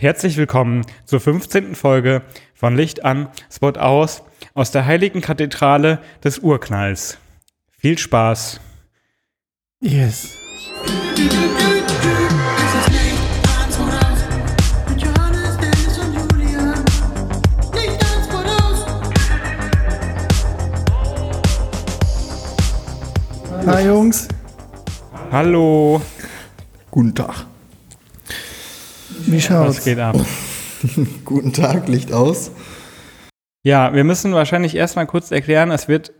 Herzlich willkommen zur 15. Folge von Licht an, Spot aus der heiligen Kathedrale des Urknalls. Viel Spaß. Yes. Hi Jungs. Hallo. Guten Tag. Wie schaut's? Was geht ab? Guten Tag, Licht aus. Ja, wir müssen wahrscheinlich erstmal kurz erklären, es wird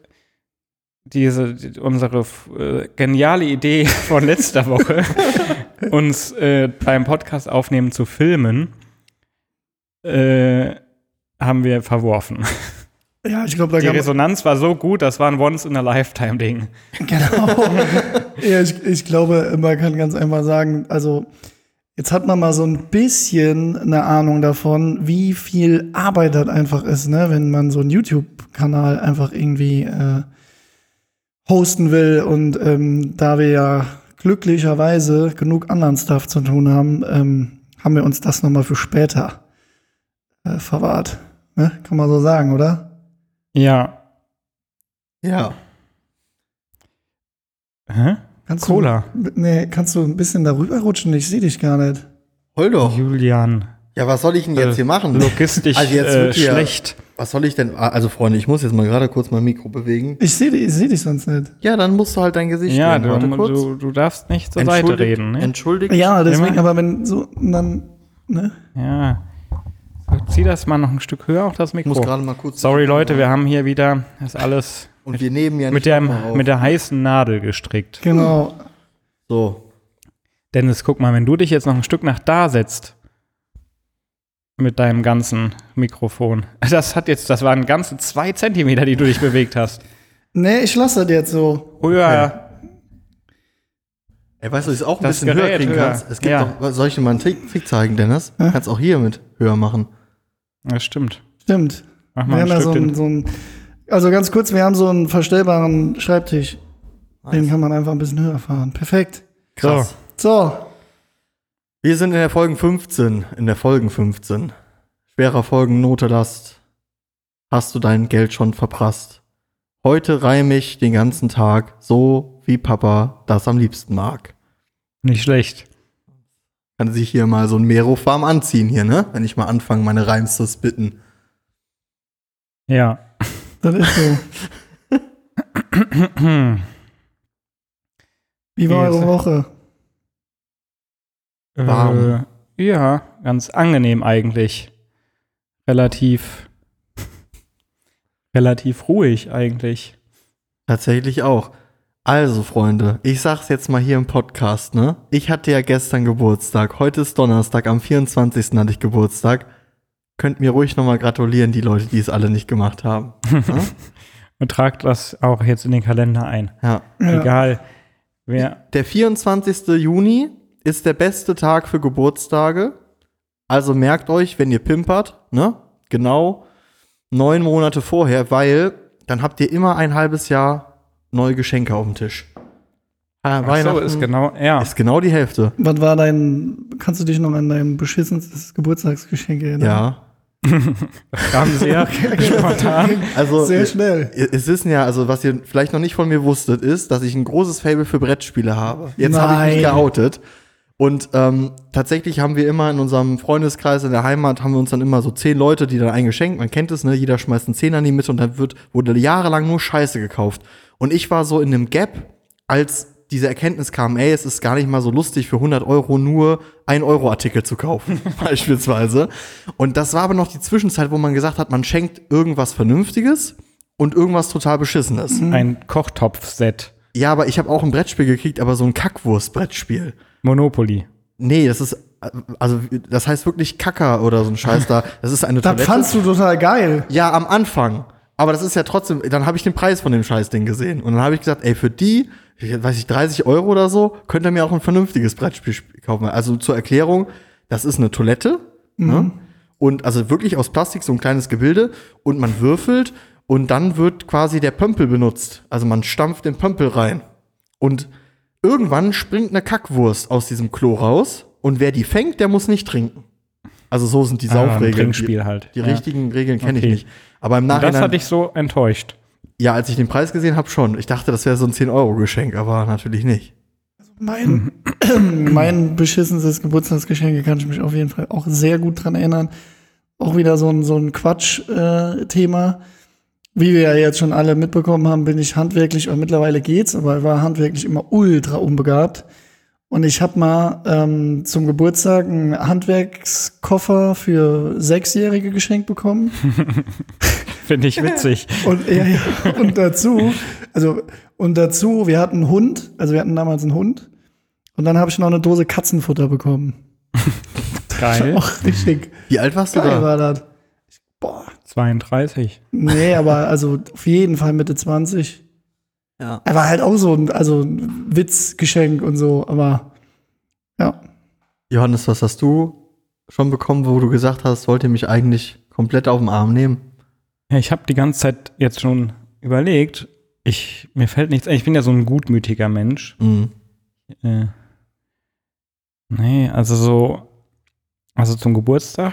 unsere geniale Idee von letzter Woche, uns beim Podcast aufnehmen zu filmen, haben wir verworfen. Ja, ich glaube, da Die Resonanz war so gut, das war ein Once-in-a-Lifetime-Ding. Genau. Ja, ich glaube, man kann ganz einfach sagen, also jetzt hat man mal so ein bisschen eine Ahnung davon, wie viel Arbeit das einfach ist, ne, wenn man so einen YouTube-Kanal einfach irgendwie hosten will. Und da wir ja glücklicherweise genug anderen Stuff zu tun haben, haben wir uns das nochmal für später verwahrt. Ne? Kann man so sagen, oder? Ja. Ja. Hä? Cola. Kannst du ein bisschen darüber rutschen? Ich sehe dich gar nicht. Hol doch. Julian. Ja, was soll ich denn jetzt hier machen? Logistisch Also jetzt wirklich, schlecht. Was soll ich denn? Also Freunde, ich muss jetzt mal gerade kurz mein Mikro bewegen. Ich seh dich sonst nicht. Ja, dann musst du halt dein Gesicht Ja, drehen. Warte kurz. du darfst nicht zur Seite reden. Ne? Entschuldigt. Ja, deswegen, Immer. aber wenn so, dann, ne? Ja. So, zieh das mal noch ein Stück höher auf das Ich Mikro. muss gerade mal kurz. Sorry Leute, wir haben hier wieder das alles Und wir nehmen ja nicht mit der heißen Nadel gestrickt. Genau. So. Dennis, guck mal, wenn du dich jetzt noch ein Stück nach da setzt mit deinem ganzen Mikrofon. Das waren ganze 2 Zentimeter, die du dich bewegt hast. Nee, ich lasse das jetzt so. Höher. Ey, weißt du, dass du es auch ein Das bisschen höher Gerät kriegen höher. kannst? Es gibt Ja. doch, soll ich dir mal einen Trick zeigen, Dennis? Ja. Kannst auch hier mit höher machen. Das stimmt. Stimmt. Mach Wir mal haben ein ja Stück also ganz kurz, wir haben so einen verstellbaren Schreibtisch. Den kann man einfach ein bisschen höher fahren. Perfekt. Krass. So. Wir sind in der Folge 15. Schwerer Folgen, Note, Last. Hast du dein Geld schon verprasst? Heute reime ich den ganzen Tag, so wie Papa das am liebsten mag. Nicht schlecht. Kann sich hier mal so ein Mero warm anziehen hier, ne? Wenn ich mal anfange, meine Reims zu spitten. Ja. Das ist so. Wie war eure Woche? Warm. Ja, ganz angenehm eigentlich. Relativ ruhig eigentlich. Tatsächlich auch. Also, Freunde, ich sag's jetzt mal hier im Podcast, ne? Ich hatte ja gestern Geburtstag. Heute ist Donnerstag, am 24. hatte ich Geburtstag. Könnt mir ruhig nochmal gratulieren, die Leute, die es alle nicht gemacht haben. Ja? Und tragt das auch jetzt in den Kalender ein. Ja. Ja. Egal, wer. Der 24. Juni ist der beste Tag für Geburtstage. Also merkt euch, wenn ihr pimpert, ne? Genau 9 Monate vorher, weil dann habt ihr immer ein halbes Jahr neue Geschenke auf dem Tisch. Ach so, ist genau, ja. Ist genau die Hälfte. Was war kannst du dich noch an dein beschissenstes Geburtstagsgeschenk erinnern? Ja. Kam sehr spontan. Also, Sehr schnell. Es wissen ja, also was ihr vielleicht noch nicht von mir wusstet, ist, dass ich ein großes Faible für Brettspiele habe. Jetzt habe ich mich geoutet. Und tatsächlich haben wir immer in unserem Freundeskreis in der Heimat, haben wir uns dann immer so 10 Leute, die dann ein Geschenk, man kennt es, ne, jeder schmeißt einen Zehner in die Mitte und dann wurde jahrelang nur Scheiße gekauft. Und ich war so in einem Gap, als diese Erkenntnis kam, ey, es ist gar nicht mal so lustig, für 100 Euro nur 1-Euro-Artikel zu kaufen, beispielsweise. Und das war aber noch die Zwischenzeit, wo man gesagt hat, man schenkt irgendwas Vernünftiges und irgendwas total Beschissenes. Ein Kochtopf-Set. Ja, aber ich habe auch ein Brettspiel gekriegt, aber so ein Kackwurst-Brettspiel. Monopoly. Nee, das heißt wirklich Kacker oder so ein Scheiß da. Das ist eine Das Toilette. fandst du total geil. Ja, am Anfang. Aber das ist ja trotzdem, dann habe ich den Preis von dem Scheißding gesehen. Und dann habe ich gesagt, ey, für die, weiß ich, 30 Euro oder so, könnt ihr mir auch ein vernünftiges Brettspiel kaufen. Also zur Erklärung, das ist eine Toilette. Ne? Und also wirklich aus Plastik, so ein kleines Gebilde. Und man würfelt und dann wird quasi der Pömpel benutzt. Also man stampft den Pömpel rein. Und irgendwann springt eine Kackwurst aus diesem Klo raus. Und wer die fängt, der muss nicht trinken. Also so sind die Saufregeln. Trinkspiel halt. Die richtigen Regeln kenne ich Okay. nicht. Aber im Und Nachhinein, das hat dich so enttäuscht. ja, als ich den Preis gesehen habe, schon. Ich dachte, das wäre so ein 10-Euro-Geschenk, aber natürlich nicht. Mein beschissenes Geburtstagsgeschenk kann ich mich auf jeden Fall auch sehr gut dran erinnern. Auch wieder so ein Quatsch-Thema. Wie wir ja jetzt schon alle mitbekommen haben, bin ich handwerklich, und mittlerweile geht's, aber ich war handwerklich immer ultra unbegabt. Und ich habe mal zum Geburtstag einen Handwerkskoffer für 6-Jährige geschenkt bekommen. Finde ich witzig. Und dazu, wir hatten einen Hund, also wir hatten damals einen Hund. Und dann habe ich noch eine Dose Katzenfutter bekommen. Geil. Auch richtig. Wie alt warst du Geil da? war das. Boah. 32. Nee, aber also auf jeden Fall Mitte 20. Ja. Er war halt auch so ein Witzgeschenk und so, aber ja. Johannes, was hast du schon bekommen, wo du gesagt hast, wollt ihr mich eigentlich komplett auf den Arm nehmen? Ja, ich habe die ganze Zeit jetzt schon überlegt. Mir fällt nichts ein. Ich bin ja so ein gutmütiger Mensch. Mhm. Nee, also zum Geburtstag.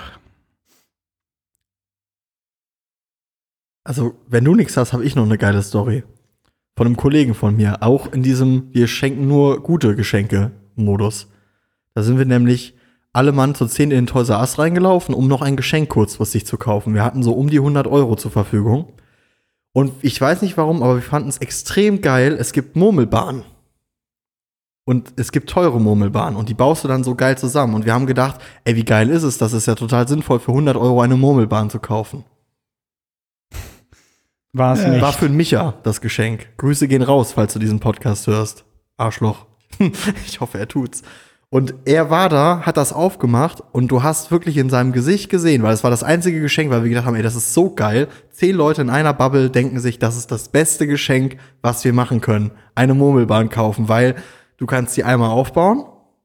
Also, wenn du nichts hast, habe ich noch eine geile Story. Von einem Kollegen von mir. Auch in diesem wir schenken nur gute Geschenke-Modus. Da sind wir nämlich alle Mann zu 10 in den Toys R Us reingelaufen, um noch ein Geschenk kurzfristig zu kaufen. Wir hatten so um die 100 Euro zur Verfügung. Und ich weiß nicht warum, aber wir fanden es extrem geil. Es gibt Murmelbahnen. Und es gibt teure Murmelbahnen. Und die baust du dann so geil zusammen. Und wir haben gedacht, ey, wie geil ist es? Das ist ja total sinnvoll, für 100 Euro eine Murmelbahn zu kaufen. War es nicht. War für den Micha das Geschenk. Grüße gehen raus, falls du diesen Podcast hörst. Arschloch. Ich hoffe, er tut's. Und er war da, hat das aufgemacht und du hast wirklich in seinem Gesicht gesehen, weil es war das einzige Geschenk, weil wir gedacht haben, ey, das ist so geil. 10 Leute in einer Bubble denken sich, das ist das beste Geschenk, was wir machen können. Eine Murmelbahn kaufen, weil du kannst sie einmal aufbauen.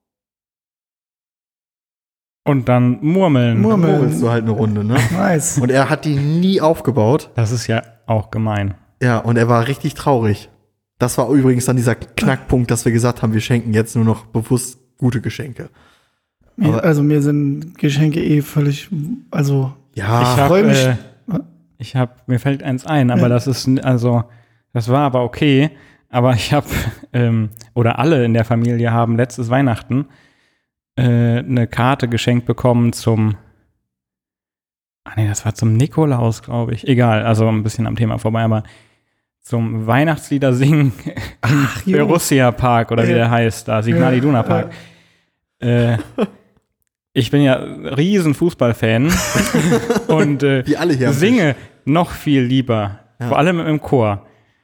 Und dann murmeln. Dann murmelst du halt eine Runde, ne? Nice. Und er hat die nie aufgebaut. Das ist ja auch gemein. Ja, und er war richtig traurig. Das war übrigens dann dieser Knackpunkt, dass wir gesagt haben, wir schenken jetzt nur noch bewusst gute Geschenke. Aber mir sind Geschenke völlig, also ja, freu mich. Mir fällt eins ein, aber Ja. das war aber okay. Aber ich habe, oder alle in der Familie haben letztes Weihnachten eine Karte geschenkt bekommen das war zum Nikolaus, glaube ich. Egal, also ein bisschen am Thema vorbei, aber zum Weihnachtslieder singen im Borussia Park oder wie der heißt, da, Signal Iduna Park. Ich bin ja riesen Fußballfan und wie alle hier. singe noch viel lieber, vor allem im Chor.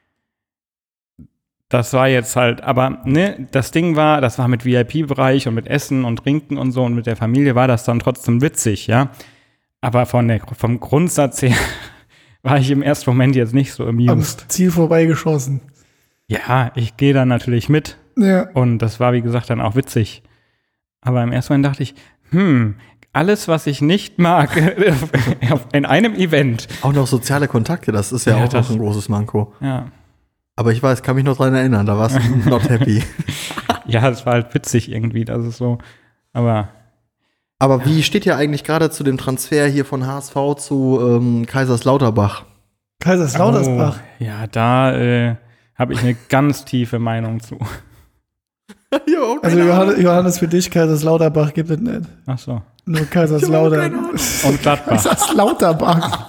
Das war jetzt halt, aber ne, das war mit VIP-Bereich und mit Essen und Trinken und so und mit der Familie war das dann trotzdem witzig, ja. Aber vom Grundsatz her war ich im ersten Moment jetzt nicht so am amused. Ziel vorbeigeschossen. Ja, ich gehe dann natürlich mit Ja. und das war, wie gesagt, dann auch witzig. Aber im ersten Moment dachte ich, alles, was ich nicht mag, in einem Event. Auch noch soziale Kontakte, das ist ja auch das- noch ein großes Manko. Ja. Aber ich weiß, kann mich noch dran erinnern, da warst du not happy. Ja, es war halt witzig irgendwie, das ist so. Aber Aber wie steht ja eigentlich gerade zu dem Transfer hier von HSV zu Kaiserslauterbach? Kaiserslauterbach. ja, da habe ich eine ganz tiefe Meinung zu. Ja, okay. Also Johannes, für dich, Kaiserslauterbach gibt es nicht. Ach so. Nur Kaiserslautern. Und Gladbach. Kaiserslauterbach.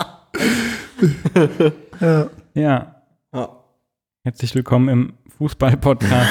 Ja. Ja, Ja. herzlich willkommen im Fußball-Podcast.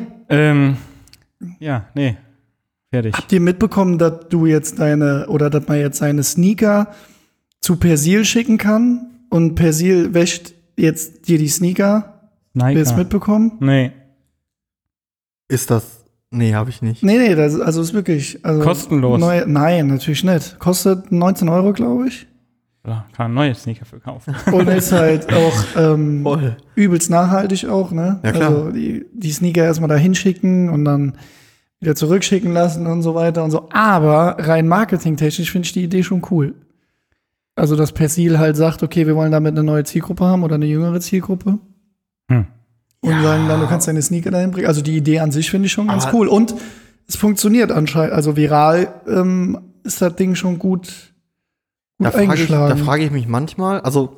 Ja, nee, fertig. Habt ihr mitbekommen, dass du jetzt dass man jetzt seine Sneaker zu Persil schicken kann und Persil wäscht jetzt dir die Sneaker? Habt ihr das mitbekommen? Nee, Ist das? Nee, habe ich nicht. Nee, das ist wirklich. Also Kostenlos. Nein, natürlich nicht. Kostet 19 Euro, glaube ich. da kann ein neues Sneaker für kaufen. Und ist halt auch Voll. übelst nachhaltig auch, ne? Ja, klar. Also die Sneaker erstmal da hinschicken und dann wieder zurückschicken lassen und so weiter und so. Aber rein marketingtechnisch finde ich die Idee schon cool. Also, dass Persil halt sagt, okay, wir wollen damit eine neue Zielgruppe haben oder eine jüngere Zielgruppe. Und sagen dann, du kannst deine Sneaker dahin bringen. Also die Idee an sich finde ich schon ganz cool. Und es funktioniert anscheinend, also viral ist das Ding schon gut Da eingeschlagen. frage ich mich manchmal, also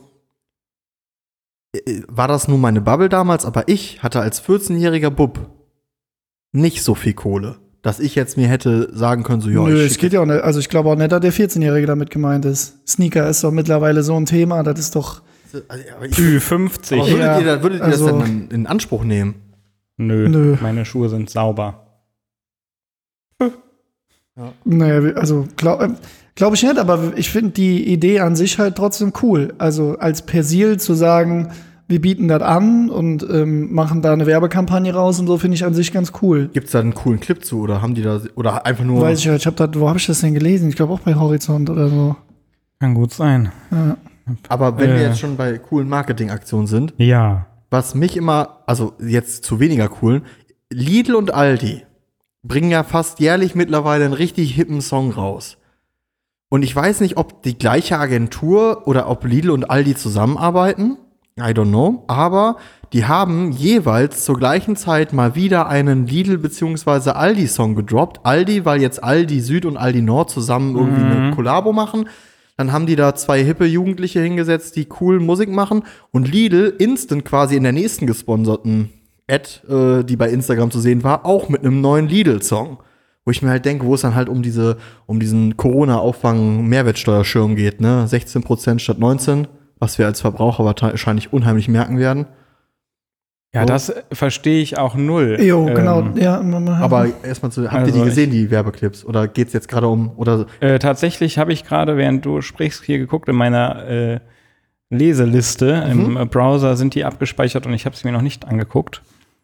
war das nur meine Bubble damals, aber ich hatte als 14-jähriger Bub nicht so viel Kohle, dass ich jetzt mir hätte sagen können, so, ja, Nö, es geht ja auch nicht. Also ich glaube auch nicht, dass der 14-Jährige damit gemeint ist. Sneaker ist doch mittlerweile so ein Thema, das ist doch. Ü50. Aber würdet ihr also- das denn in Anspruch nehmen? Nö, meine Schuhe sind sauber. Naja, also glaub ich nicht, aber ich finde die Idee an sich halt trotzdem cool. Also als Persil zu sagen, wir bieten das an und machen da eine Werbekampagne raus und so, finde ich an sich ganz cool. Gibt's da einen coolen Clip zu oder haben die da oder einfach nur Weiß ich halt, wo habe ich das denn gelesen? Ich glaube auch bei Horizont oder so. Kann gut sein. Ja. Aber wenn wir jetzt schon bei coolen Marketingaktionen sind, Ja. was mich immer, also jetzt zu weniger coolen, Lidl und Aldi bringen ja fast jährlich mittlerweile einen richtig hippen Song raus. Und ich weiß nicht, ob die gleiche Agentur oder ob Lidl und Aldi zusammenarbeiten. I don't know. Aber die haben jeweils zur gleichen Zeit mal wieder einen Lidl- bzw. Aldi-Song gedroppt. Aldi, weil jetzt Aldi Süd und Aldi Nord zusammen irgendwie eine Kollabo machen. Dann haben die da 2 hippe Jugendliche hingesetzt, die cool Musik machen. Und Lidl instant quasi in der nächsten gesponserten Ad, die bei Instagram zu sehen war, auch mit einem neuen Lidl-Song. Wo ich mir halt denke, wo es dann halt um diesen Corona-Auffang-Mehrwertsteuerschirm geht, ne? 16% statt 19%, was wir als Verbraucher wahrscheinlich unheimlich merken werden. Ja, So. das verstehe ich auch null. Jo, genau. Ja, Aber erstmal habt ihr die Also gesehen, die Werbeclips? Oder geht's jetzt gerade Tatsächlich habe ich gerade, während du sprichst, hier geguckt in meiner Leseliste. Im Browser sind die abgespeichert und ich habe sie mir noch nicht angeguckt.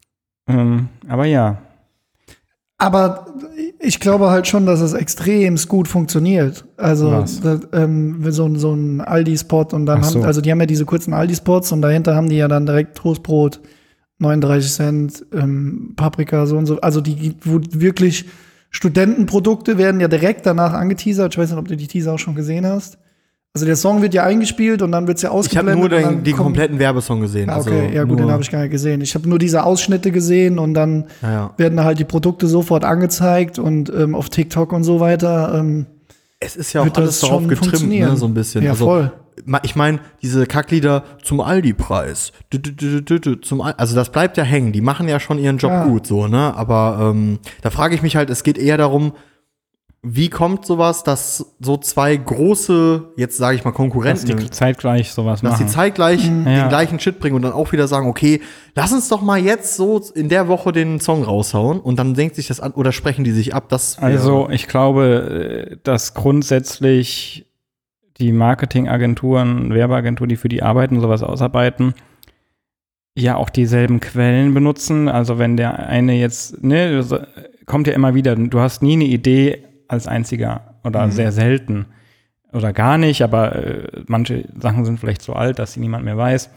Aber ja. Aber ich glaube halt schon, dass es extrem gut funktioniert. Also Was? das, so ein Aldi-Spot und dann Ach so. also die haben ja diese kurzen Aldi-Spots und dahinter haben die ja dann direkt Toastbrot, 39 Cent, Paprika, so und so. Also wo wirklich Studentenprodukte werden ja direkt danach angeteasert. Ich weiß nicht, ob du die Teaser auch schon gesehen hast. Also der Song wird ja eingespielt und dann wird's ja Ich habe ausgeblendet. nur und dann den kommt- kompletten Werbesong gesehen. Ja, Also okay, ja gut, nur- den habe ich gar nicht gesehen. Ich habe nur diese Ausschnitte gesehen und dann Ja. werden da halt die Produkte sofort angezeigt und auf TikTok und so weiter. Es ist ja auch wird alles das darauf schon getrimmt, funktionieren. ne, so ein bisschen. Ja, also, voll. Ich meine, diese Kacklieder zum Aldi-Preis. Also das bleibt ja hängen. Die machen ja schon ihren Job Ja. gut, so, ne? Aber da frage ich mich halt, es geht eher darum, wie kommt sowas, dass so 2 große, jetzt sage ich mal Dass Konkurrenten, die zeitgleich sowas dass machen. die zeitgleich Mhm. den Ja. gleichen Shit bringen und dann auch wieder sagen, okay, lass uns doch mal jetzt so in der Woche den Song raushauen und dann denkt sich das an oder sprechen die sich ab. Also ich glaube, dass grundsätzlich die Marketingagenturen, Werbeagenturen, die für die arbeiten, sowas ausarbeiten, ja auch dieselben Quellen benutzen. Also wenn der eine jetzt, ne, kommt ja immer wieder, du hast nie eine Idee als einziger oder sehr selten oder gar nicht, aber manche Sachen sind vielleicht so alt, dass sie niemand mehr weiß.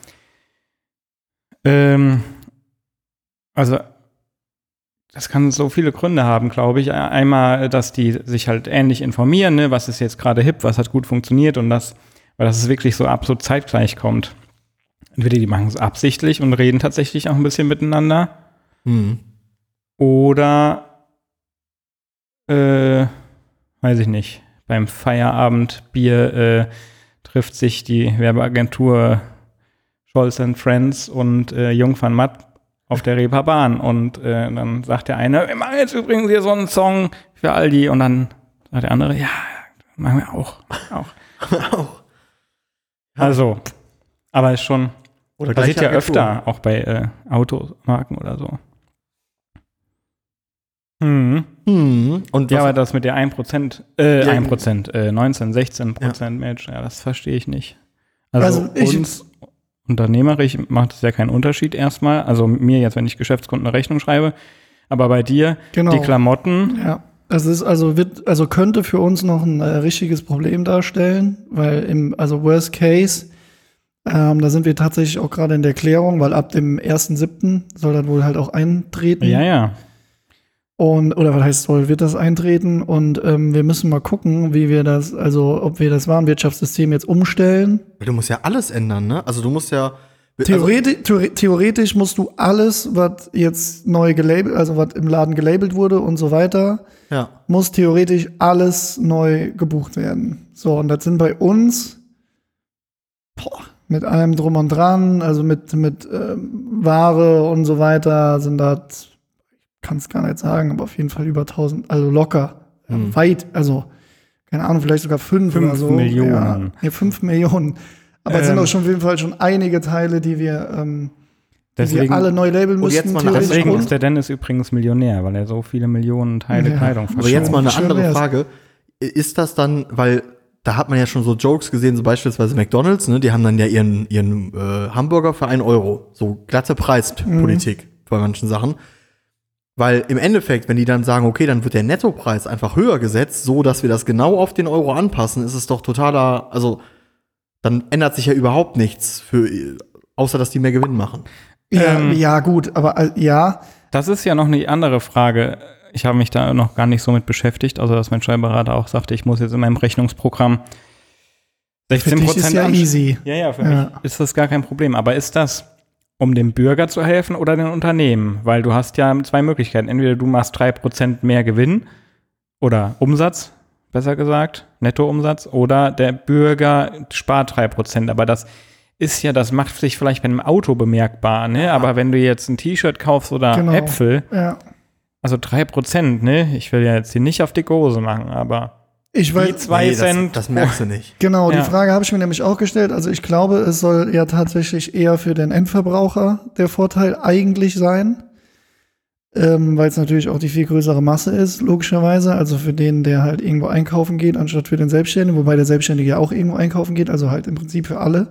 Also das kann so viele Gründe haben, glaube ich. Einmal, dass die sich halt ähnlich informieren, ne, was ist jetzt gerade hip, was hat gut funktioniert und weil das wirklich so absolut zeitgleich kommt. Entweder die machen es absichtlich und reden tatsächlich auch ein bisschen miteinander. Oder weiß ich nicht, beim Feierabendbier trifft sich die Werbeagentur Scholz & Friends und Jung van Matt auf der Reeperbahn und dann sagt der eine, wir machen jetzt übrigens hier so einen Song für Aldi und dann sagt der andere, ja, machen wir auch. Also, aber ist schon, Oder passiert ja gleiche öfter, auch bei Automarken oder so. Und ja, aber das mit der 1%, 19, 16% Match, ja, das verstehe ich nicht. Also uns unternehmerisch macht es ja keinen Unterschied erstmal. Also mir jetzt, wenn ich Geschäftskunden eine Rechnung schreibe, aber bei dir, Genau. die Klamotten. Ja, das ist könnte für uns noch ein richtiges Problem darstellen, weil Worst Case, da sind wir tatsächlich auch gerade in der Klärung, weil ab dem 1.7. soll das wohl halt auch eintreten. Ja. Oder was heißt wird das eintreten? Und wir müssen mal gucken, wie wir das, also ob wir das Warenwirtschaftssystem jetzt umstellen. Du musst ja alles ändern, ne? Also du musst ja, Theoretisch musst du alles, was jetzt neu gelabelt, also was im Laden gelabelt wurde und so weiter, muss theoretisch alles neu gebucht werden. So, und das sind bei uns mit allem drum und dran, also mit Ware und so weiter, sind das, ich kann es gar nicht sagen, aber auf jeden Fall über 1000, also locker, weit, also keine Ahnung, vielleicht sogar 5 oder so. 5 Millionen. Ja, 5 Millionen. Aber es sind auch schon auf jeden Fall schon einige Teile, die wir alle neu labeln müssen. Deswegen ist der Dennis übrigens Millionär, weil er so viele Millionen Teile Kleidung verkauft. Aber jetzt mal eine andere Frage. Ist das dann, weil da hat man ja schon so Jokes gesehen, so beispielsweise McDonald's, ne? Die haben dann ja ihren Hamburger für 1 Euro. So glatte Preispolitik bei manchen Sachen. Weil im Endeffekt, wenn die dann sagen, okay, dann wird der Nettopreis einfach höher gesetzt, so dass wir das genau auf den Euro anpassen, ist es doch totaler, also dann ändert sich ja überhaupt nichts, außer dass die mehr Gewinn machen. Ja, gut, aber ja. Das ist ja noch eine andere Frage. Ich habe mich da noch gar nicht so mit beschäftigt, also dass mein Steuerberater auch sagte, ich muss jetzt in meinem Rechnungsprogramm 16% ist ja easy. Ja, für mich ist das gar kein Problem. Aber ist das, um dem Bürger zu helfen oder den Unternehmen? Weil du hast ja 2 Möglichkeiten. Entweder du machst 3% mehr Gewinn oder Umsatz, besser gesagt, Nettoumsatz, oder der Bürger spart 3%. Aber das ist ja, das macht sich vielleicht bei einem Auto bemerkbar, ne? Aber wenn du jetzt ein T-Shirt kaufst oder Äpfel, also 3%, ne? Ich will ja jetzt hier nicht auf dicke Hose machen, aber ich weiß, die 2 Cent. Das merkst du nicht. Genau, die Frage habe ich mir nämlich auch gestellt. Also ich glaube, es soll ja tatsächlich eher für den Endverbraucher der Vorteil eigentlich sein. Weil es natürlich auch die viel größere Masse ist, logischerweise. Also für den, der halt irgendwo einkaufen geht, anstatt für den Selbstständigen, wobei der Selbstständige ja auch irgendwo einkaufen geht, also halt im Prinzip für alle.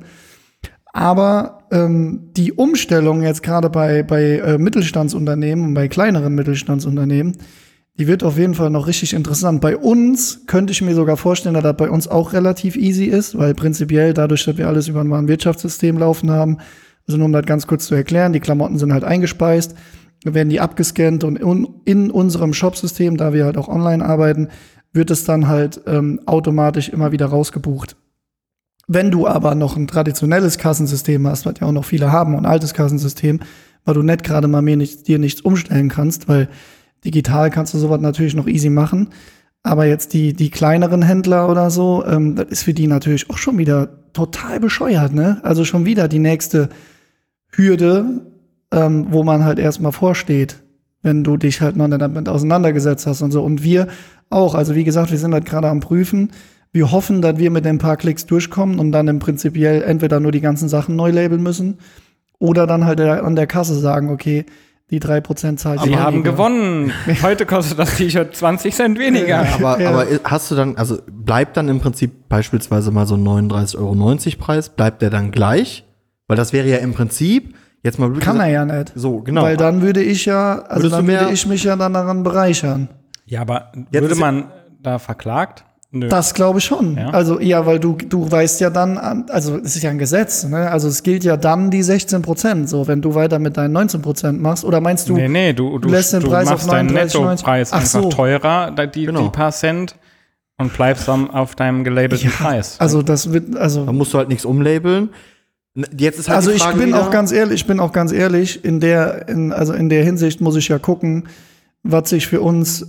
Aber die Umstellung jetzt gerade bei Mittelstandsunternehmen und bei kleineren Mittelstandsunternehmen, die wird auf jeden Fall noch richtig interessant. Bei uns könnte ich mir sogar vorstellen, dass das bei uns auch relativ easy ist, weil prinzipiell dadurch, dass wir alles über ein Warenwirtschaftssystem laufen haben, also nur um das ganz kurz zu erklären, die Klamotten sind halt eingespeist, werden die abgescannt und in unserem Shopsystem, da wir halt auch online arbeiten, wird es dann halt automatisch immer wieder rausgebucht. Wenn du aber noch ein traditionelles Kassensystem hast, was ja auch noch viele haben, und ein altes Kassensystem, weil du nicht gerade mal dir nichts umstellen kannst, weil digital kannst du sowas natürlich noch easy machen. Aber jetzt die kleineren Händler oder so, das ist für die natürlich auch schon wieder total bescheuert, ne? Also schon wieder die nächste Hürde, wo man halt erstmal vorsteht, wenn du dich halt noch nicht damit auseinandergesetzt hast und so. Und wir auch. Also wie gesagt, wir sind halt gerade am Prüfen. Wir hoffen, dass wir mit ein paar Klicks durchkommen und dann im Prinzipiell entweder nur die ganzen Sachen neu labeln müssen oder dann halt an der Kasse sagen, okay, die 3% zahlt. Sie haben gewonnen. Heute kostet das T-Shirt 20 Cent weniger. Aber hast du dann, also bleibt dann im Prinzip beispielsweise mal so ein 39,90 € Preis, bleibt der dann gleich? Weil das wäre ja im Prinzip, jetzt mal kann er ja nicht. So, genau. Weil dann würde ich mich ja dann daran bereichern. Ja, aber würde man da verklagt? Nö. Das glaube ich schon. Ja? Also, weil du weißt ja dann, also es ist ja ein Gesetz, ne? Also es gilt ja dann die 16%, so, wenn du weiter mit deinen 19% machst. Oder meinst du, du lässt den Preis machst auf deinen Nettopreis einfach teurer, die paar Cent, und bleibst dann auf deinem gelabelten Preis. Also das wird, da musst du halt nichts umlabeln. Jetzt ist halt also die Frage ich bin auch ganz ehrlich, in der Hinsicht muss ich ja gucken, was sich für uns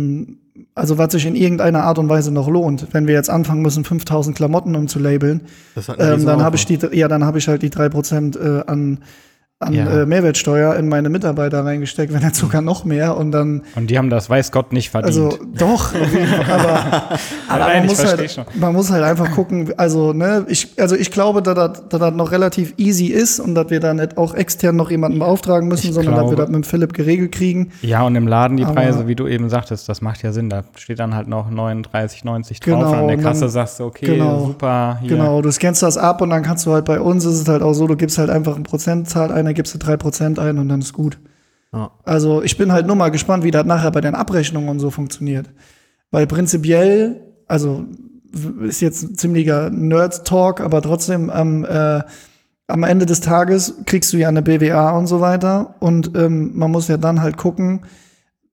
was sich in irgendeiner Art und Weise noch lohnt. Wenn wir jetzt anfangen müssen, 5.000 Klamotten umzulabeln, dann habe ich halt die 3% an Mehrwertsteuer in meine Mitarbeiter reingesteckt, wenn nicht sogar noch mehr. Und die haben das, weiß Gott, nicht verdient. Also doch, aber man muss halt einfach gucken, ich glaube, dass das noch relativ easy ist und dass wir da nicht auch extern noch jemanden beauftragen müssen, sondern dass wir das mit Philipp geregelt kriegen. Ja, und im Laden die Preise, wie du eben sagtest, das macht ja Sinn. Da steht dann halt noch 39,90 drauf und an der Kasse sagst du, okay, super. Hier. Genau, du scannst das ab und dann kannst du halt, bei uns ist es halt auch so, du gibst halt einfach eine Prozentzahl ein, dann gibst du 3% ein und dann ist gut. Ja. Also ich bin halt nur mal gespannt, wie das nachher bei den Abrechnungen und so funktioniert. Weil prinzipiell, also ist jetzt ein ziemlicher Nerd-Talk, aber trotzdem am Ende des Tages kriegst du ja eine BWA und so weiter und man muss ja dann halt gucken,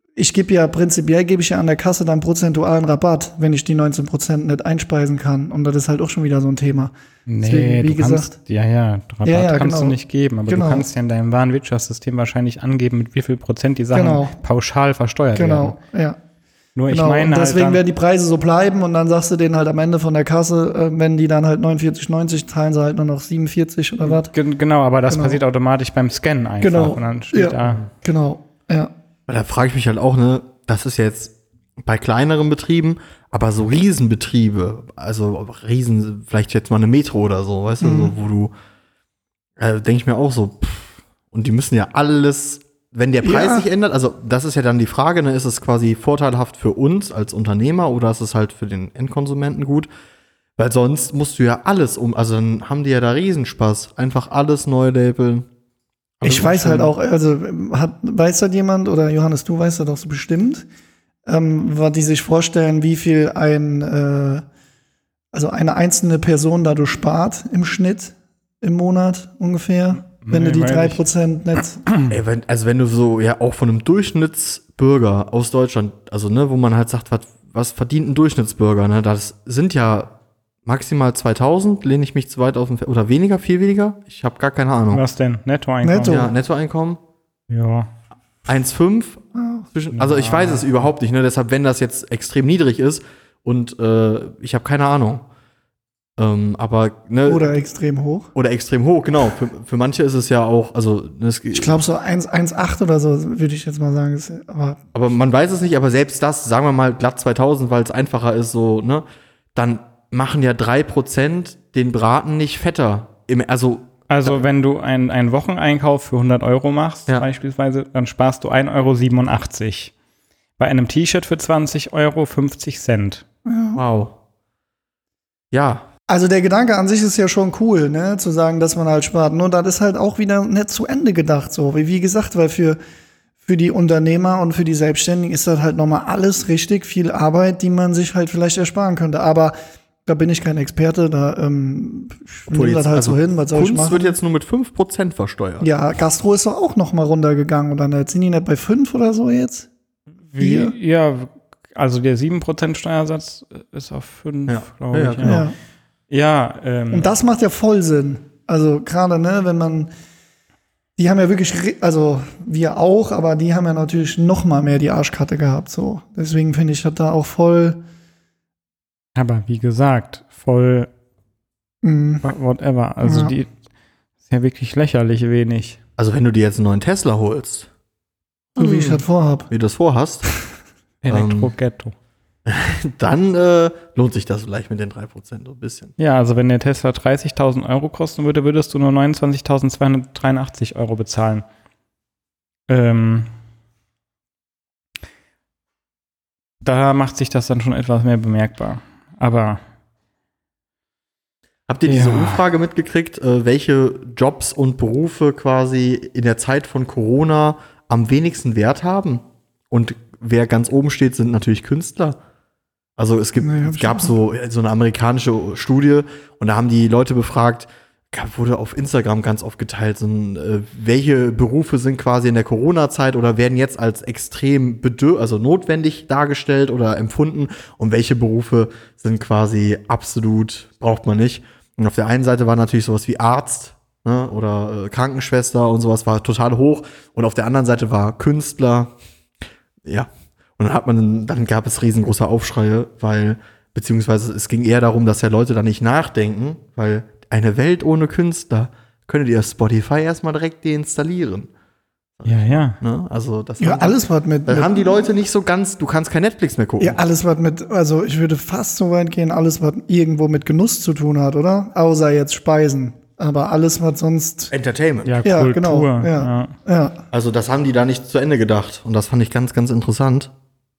prinzipiell gebe ich ja an der Kasse dann prozentualen Rabatt, wenn ich die 19% nicht einspeisen kann. Und das ist halt auch schon wieder so ein Thema. Nee, Deswegen, wie du kannst, Rabatt kannst du nicht geben, aber du kannst ja in deinem Warenwirtschaftssystem wahrscheinlich angeben, mit wie viel Prozent die Sachen pauschal versteuert werden. Genau, ja. Nur ich meine und deswegen halt werden die Preise so bleiben und dann sagst du denen halt am Ende von der Kasse, wenn die dann halt 49,90 zahlen sie halt nur noch 47 oder was. Genau, aber das passiert automatisch beim Scannen einfach. Genau. Und dann steht da. Genau, ja. Da frage ich mich halt auch, ne, das ist jetzt bei kleineren Betrieben, aber so Riesenbetriebe, also vielleicht jetzt mal eine Metro oder so, weißt du, so, wo du, denke ich mir auch so, und die müssen ja alles, wenn der Preis sich ändert, also das ist ja dann die Frage, ne, ist es quasi vorteilhaft für uns als Unternehmer oder ist es halt für den Endkonsumenten gut? Weil sonst musst du ja alles also dann haben die ja da Riesenspaß, einfach alles neu labeln. Ich weiß halt auch, also weiß das jemand, oder Johannes, du weißt das doch so bestimmt, was die sich vorstellen, wie viel eine einzelne Person dadurch spart im Schnitt im Monat ungefähr, wenn du die 3% nicht. Ey, wenn du so, ja, auch von einem Durchschnittsbürger aus Deutschland, also, ne, wo man halt sagt, was verdient ein Durchschnittsbürger, ne, das sind ja maximal 2000, lehne ich mich zu weit auf den oder weniger, viel weniger? Ich habe gar keine Ahnung. Was denn? Nettoeinkommen? Ja, Nettoeinkommen. Ja. 1,5? Also ich weiß es überhaupt nicht, ne? Deshalb, wenn das jetzt extrem niedrig ist und ich habe keine Ahnung. Aber, ne? Oder extrem hoch. Oder extrem hoch, genau. Für manche ist es ja auch, also ich glaube so 1,8 oder so, würde ich jetzt mal sagen. Aber man weiß es nicht, aber selbst das, sagen wir mal glatt 2000, weil es einfacher ist, so, ne? Dann machen ja 3% den Braten nicht fetter. Also wenn du einen Wocheneinkauf für 100 Euro machst, beispielsweise, dann sparst du 1,87 Euro. Bei einem T-Shirt für 20 Euro 50 Cent. Ja. Wow. Ja. Also der Gedanke an sich ist ja schon cool, ne, zu sagen, dass man halt spart. Nur das ist halt auch wieder nicht zu Ende gedacht, so. Wie gesagt, weil für die Unternehmer und für die Selbstständigen ist das halt nochmal alles richtig viel Arbeit, die man sich halt vielleicht ersparen könnte. Aber da bin ich kein Experte, da nehme das halt so hin, was soll ich machen? Kunst wird jetzt nur mit 5% versteuert. Ja, Gastro ist doch auch noch mal runtergegangen oder nicht? Sind die nicht bei 5 oder so jetzt? Ja, also der 7% Steuersatz ist auf 5, glaube ich. Genau. Ja, und das macht ja voll Sinn. Also gerade, ne, wenn man, die haben ja wirklich, also wir auch, aber die haben ja natürlich noch mal mehr die Arschkarte gehabt, so. Deswegen finde ich das da auch voll. Aber wie gesagt, voll whatever. Also die ist ja wirklich lächerlich wenig. Also wenn du dir jetzt einen neuen Tesla holst. So wie ich das vorhab. Wie du das vorhast. Elektro-Ghetto. Dann lohnt sich das vielleicht mit den 3% so ein bisschen. Ja, also wenn der Tesla 30.000 Euro kosten würde, würdest du nur 29.283 Euro bezahlen. Da macht sich das dann schon etwas mehr bemerkbar. Aber habt ihr diese Umfrage mitgekriegt, welche Jobs und Berufe quasi in der Zeit von Corona am wenigsten Wert haben? Und wer ganz oben steht, sind natürlich Künstler. Also es gab so eine amerikanische Studie und da haben die Leute befragt, wurde auf Instagram ganz oft geteilt, welche Berufe sind quasi in der Corona-Zeit oder werden jetzt als extrem notwendig dargestellt oder empfunden und welche Berufe sind quasi absolut, braucht man nicht. Und auf der einen Seite war natürlich sowas wie Arzt, ne, oder Krankenschwester und sowas war total hoch und auf der anderen Seite war Künstler, ja. Und dann gab es riesengroße Aufschreie, beziehungsweise es ging eher darum, dass ja Leute da nicht nachdenken, weil eine Welt ohne Künstler könntet ihr Spotify erstmal direkt deinstallieren. Ja. Ne? Also das alles was mit. Dann haben die Leute nicht so ganz, du kannst kein Netflix mehr gucken. Ja, alles was also ich würde fast so weit gehen, alles was irgendwo mit Genuss zu tun hat, oder? Außer jetzt Speisen. Aber alles, was sonst. Entertainment. Ja, Kultur. Genau. Ja. Also das haben die da nicht zu Ende gedacht. Und das fand ich ganz, ganz interessant.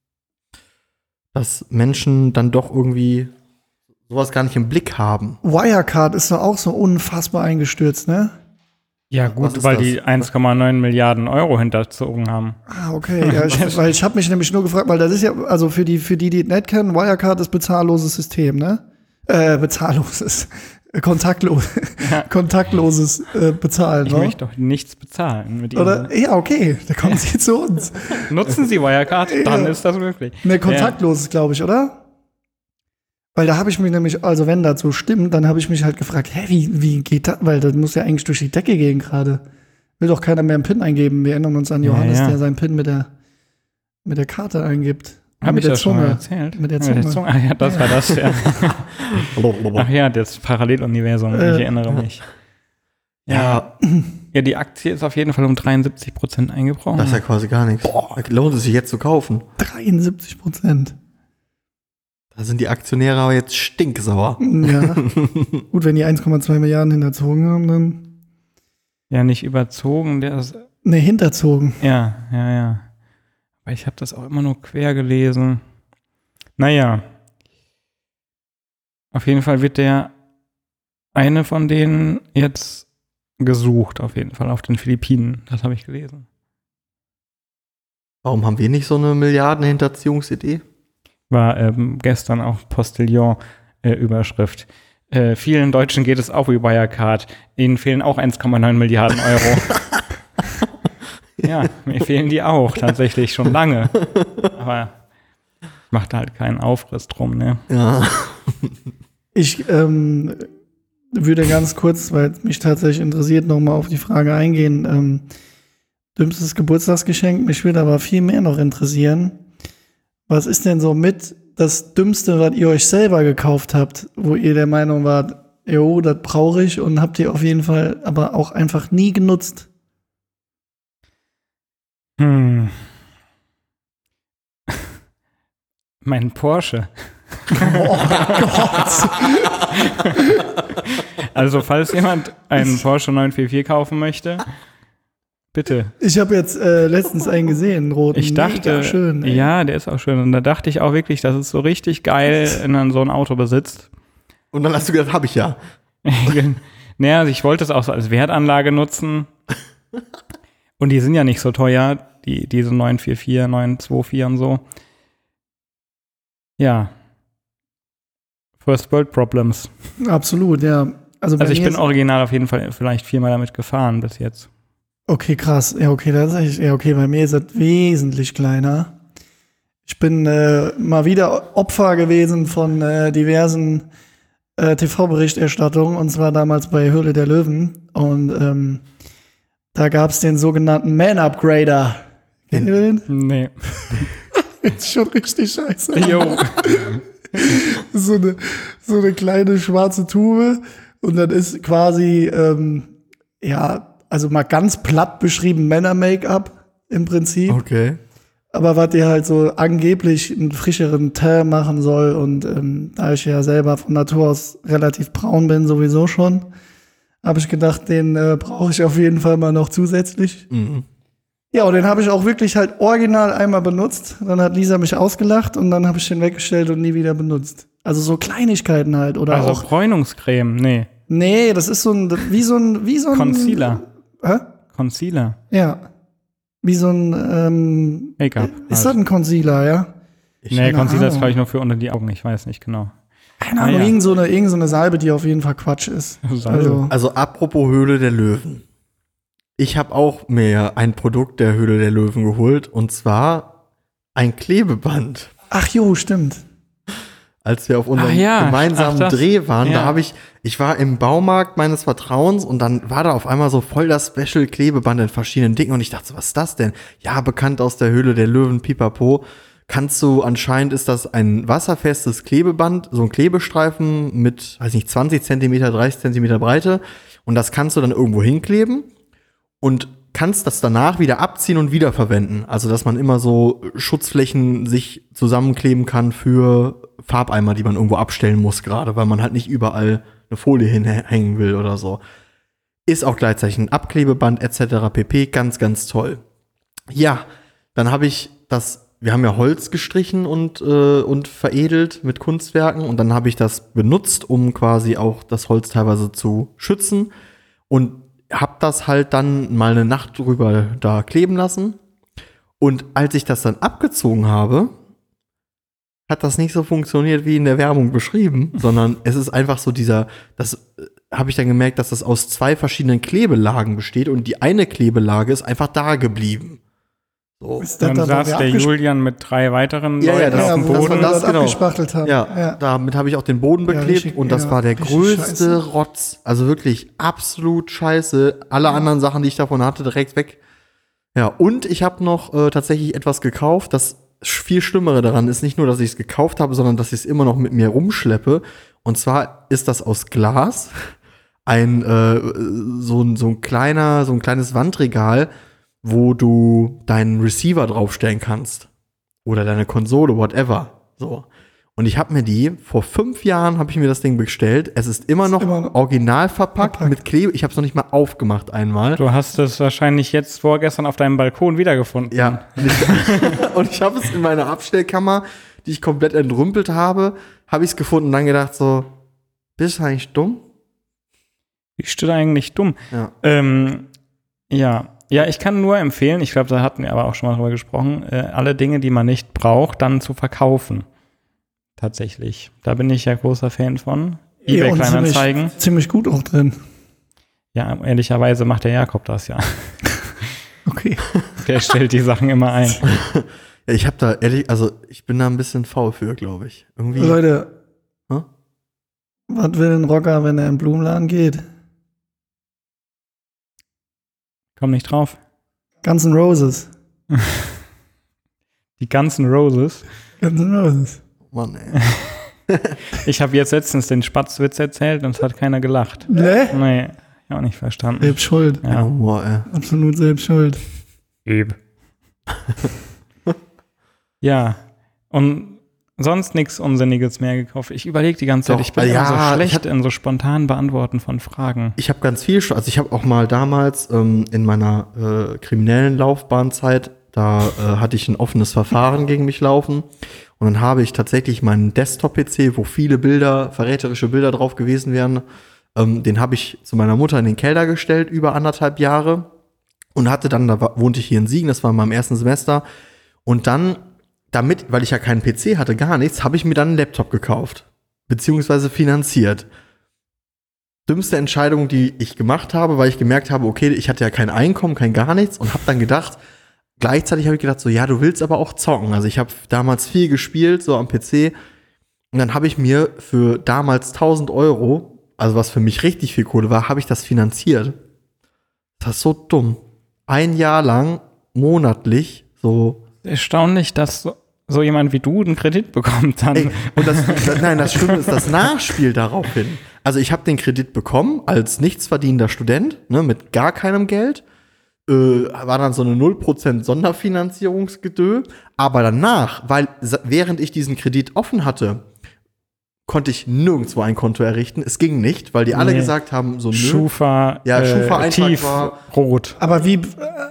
Dass Menschen dann doch irgendwie sowas gar nicht im Blick haben. Wirecard ist doch auch so unfassbar eingestürzt, ne? Ja, gut, weil die 1,9 Milliarden Euro hinterzogen haben. Ah, okay. Ja, weil ich habe mich nämlich nur gefragt, weil das ist ja, also für die es nicht kennen, Wirecard ist bezahlloses System, ne? Bezahlloses. kontaktloses Bezahlen. Ich möchte doch nichts bezahlen mit Ihnen. Oder? Ja, okay, da kommen Sie zu uns. Nutzen Sie Wirecard, dann ist das möglich. Ne, kontaktloses, glaube ich, oder? Weil da habe ich mich nämlich, also wenn das so stimmt, dann habe ich mich halt gefragt, wie geht das? Weil das muss ja eigentlich durch die Decke gehen gerade. Will doch keiner mehr einen PIN eingeben. Wir erinnern uns an Johannes, der seinen PIN mit der Karte eingibt. Habe ich das schon mal erzählt? Mit der Zunge. Ah ja, das war das, ja. Ach ja, das Paralleluniversum, ich erinnere mich. Ja, die Aktie ist auf jeden Fall um 73% eingebrochen. Das ist ja quasi gar nichts. Boah, lohnt es sich jetzt zu kaufen. 73%. Da sind die Aktionäre aber jetzt stinksauer. Ja. Gut, wenn die 1,2 Milliarden hinterzogen haben, dann. Ja, nicht überzogen, der ist. Ne, hinterzogen. Ja. Aber ich habe das auch immer nur quer gelesen. Naja. Auf jeden Fall wird der eine von denen jetzt gesucht, auf jeden Fall auf den Philippinen. Das habe ich gelesen. Warum haben wir nicht so eine Milliarden-Hinterziehungsidee? War gestern auch Postillon-Überschrift. Vielen Deutschen geht es auch wie Wirecard. Ihnen fehlen auch 1,9 Milliarden Euro. Ja, mir fehlen die auch tatsächlich schon lange. Aber macht halt keinen Aufriss drum, ne? Ja. Ich würde ganz kurz, weil es mich tatsächlich interessiert, nochmal auf die Frage eingehen. Dümmstes Geburtstagsgeschenk, mich würde aber viel mehr noch interessieren. Was ist denn so mit das Dümmste, was ihr euch selber gekauft habt, wo ihr der Meinung wart, jo, das brauche ich und habt ihr auf jeden Fall aber auch einfach nie genutzt? Mein Porsche. Oh Gott. Also, falls jemand einen Porsche 944 kaufen möchte, bitte. Ich habe jetzt letztens einen gesehen, einen roten. Ich dachte, mega schön, ey. ja, der ist auch schön. Und da dachte ich auch wirklich, das ist so richtig geil, wenn man so ein Auto besitzt. Und dann hast du gedacht, habe ich ja. Naja, also ich wollte es auch so als Wertanlage nutzen. Und die sind ja nicht so teuer, diese 944, 924 und so. Ja. First World Problems. Absolut, ja. Also ich bin original auf jeden Fall vielleicht 4-mal damit gefahren bis jetzt. Okay, krass. Ja, okay, das ist echt, ja, okay, bei mir ist das wesentlich kleiner. Ich bin mal wieder Opfer gewesen von diversen TV-Berichterstattungen, und zwar damals bei Höhle der Löwen. Und da gab es den sogenannten Man-Upgrader. Kennt ihr den? Nee. Ist schon richtig scheiße. Jo. so eine kleine schwarze Tube. Und das ist quasi, also mal ganz platt beschrieben, Männer-Make-up im Prinzip. Okay. Aber was dir halt so angeblich einen frischeren Teint machen soll. Und da ich ja selber von Natur aus relativ braun bin, sowieso schon, habe ich gedacht, den brauche ich auf jeden Fall mal noch zusätzlich. Mhm. Ja, und den habe ich auch wirklich halt original einmal benutzt. Dann hat Lisa mich ausgelacht und dann habe ich den weggestellt und nie wieder benutzt. Also so Kleinigkeiten halt. Oder also auch Bräunungscreme, nee. Nee, das ist wie so ein Concealer. Hä? Concealer. Ja. Wie so ein Make-up. Ist das ein Concealer, ja? Nee, Concealer ist, glaube ich, nur für unter die Augen. Ich weiß nicht genau. Keine Ahnung, irgend so eine Salbe, die auf jeden Fall Quatsch ist. Also apropos Höhle der Löwen. Ich habe auch mir ein Produkt der Höhle der Löwen geholt, und zwar ein Klebeband. Ach jo, stimmt. Als wir auf unserem gemeinsamen Dreh waren, ja. da ich war im Baumarkt meines Vertrauens und dann war da auf einmal so voll das Special-Klebeband in verschiedenen Dingen und ich dachte so, was ist das denn? Ja, bekannt aus der Höhle der Löwen, pipapo. Anscheinend ist das ein wasserfestes Klebeband, so ein Klebestreifen mit, 20 Zentimeter, 30 Zentimeter Breite, und das kannst du dann irgendwo hinkleben und kannst das danach wieder abziehen und wiederverwenden. Also, dass man immer so Schutzflächen sich zusammenkleben kann für Farbeimer, die man irgendwo abstellen muss gerade, weil man halt nicht überall eine Folie hinhängen will oder so. Ist auch gleichzeitig ein Abklebeband etc. pp. Ganz, ganz toll. Ja, dann habe ich wir haben ja Holz gestrichen und veredelt mit Kunstwerken, und dann habe ich das benutzt, um quasi auch das Holz teilweise zu schützen, und habe das halt dann mal eine Nacht drüber da kleben lassen. Und als ich das dann abgezogen habe, hat das nicht so funktioniert wie in der Werbung beschrieben, sondern es ist einfach so das habe ich dann gemerkt, dass das aus 2 verschiedenen Klebelagen besteht und die eine Klebelage ist einfach da geblieben. So. Dann saß der Julian mit 3 weiteren Leuten das, auf dem das war Boden. das, genau. Abgespachtelt haben. Ja, damit habe ich auch den Boden beklebt richtig, und das war der größte scheiße. Rotz. Also wirklich absolut scheiße. Alle anderen Sachen, die ich davon hatte, direkt weg. Ja, und ich habe noch tatsächlich etwas gekauft. Das viel Schlimmere daran ist nicht nur, dass ich es gekauft habe, sondern dass ich es immer noch mit mir rumschleppe. Und zwar ist das aus Glas so ein kleines Wandregal, wo du deinen Receiver draufstellen kannst. Oder deine Konsole, whatever. So. Und ich habe mir vor 5 Jahren habe ich mir das Ding bestellt. Es ist immer noch original verpackt mit Klebe. Ich habe es noch nicht mal aufgemacht einmal. Du hast es wahrscheinlich jetzt vorgestern auf deinem Balkon wiedergefunden. Ja. Und ich habe es in meiner Abstellkammer, die ich komplett entrümpelt habe ich es gefunden und dann gedacht so, bist du eigentlich dumm? Ich stehe eigentlich dumm. Ja. Ja, ich kann nur empfehlen, ich glaube, da hatten wir aber auch schon mal drüber gesprochen, alle Dinge, die man nicht braucht, dann zu verkaufen. Tatsächlich. Da bin ich ja großer Fan von. eBay Kleinanzeigen. Ziemlich gut auch drin. Ja, ehrlicherweise macht der Jakob das ja. Okay. Der stellt die Sachen immer ein. Ja, ich bin da ein bisschen faul für, glaube ich. Irgendwie. Leute, Hm? was will ein Rocker, wenn er in den Blumenladen geht? Komm nicht drauf. Guns N' Roses. Die ganzen Roses. Guns N' Roses. Mann, ey. Ich habe jetzt letztens den Spatzwitz erzählt und es hat keiner gelacht. Ne? Nee, ich auch nicht verstanden. Selbst schuld. Ja. Boah, ey. Absolut selbst schuld. Eben. Ja, und sonst nichts Unsinniges mehr gekauft. Ich überlege die ganze Zeit, Doch, ich bin immer so ja, schlecht in so spontanen Beantworten von Fragen. Ich habe ganz viel, also ich habe auch mal damals in meiner kriminellen Laufbahnzeit, da hatte ich ein offenes Verfahren gegen mich laufen und dann habe ich tatsächlich meinen Desktop-PC, wo viele Bilder, verräterische Bilder drauf gewesen wären, den habe ich zu meiner Mutter in den Keller gestellt, über 1,5 Jahre und hatte dann, wohnte ich hier in Siegen, das war in meinem ersten Semester und dann weil ich ja keinen PC hatte, gar nichts, habe ich mir dann einen Laptop gekauft. Beziehungsweise finanziert. Dümmste Entscheidung, die ich gemacht habe, weil ich gemerkt habe, okay, ich hatte ja kein Einkommen, kein gar nichts und habe dann gedacht, gleichzeitig habe ich gedacht, so, ja, du willst aber auch zocken. Also ich habe damals viel gespielt, so am PC. Und dann habe ich mir für damals 1.000 €, also was für mich richtig viel Kohle war, habe ich das finanziert. Das ist so dumm. 1 Jahr lang, monatlich, so. Erstaunlich, dass so jemand wie du einen Kredit bekommt dann. Ey, und das Schlimme ist das Nachspiel daraufhin. Also ich habe den Kredit bekommen als nichtsverdienender Student, ne, mit gar keinem Geld. War dann so eine 0% Sonderfinanzierungsgedö. Aber danach, während ich diesen Kredit offen hatte, konnte ich nirgendwo ein Konto errichten. Es ging nicht, weil die alle gesagt haben, so nö. Schufa-Eintrag tief war rot. Aber wie,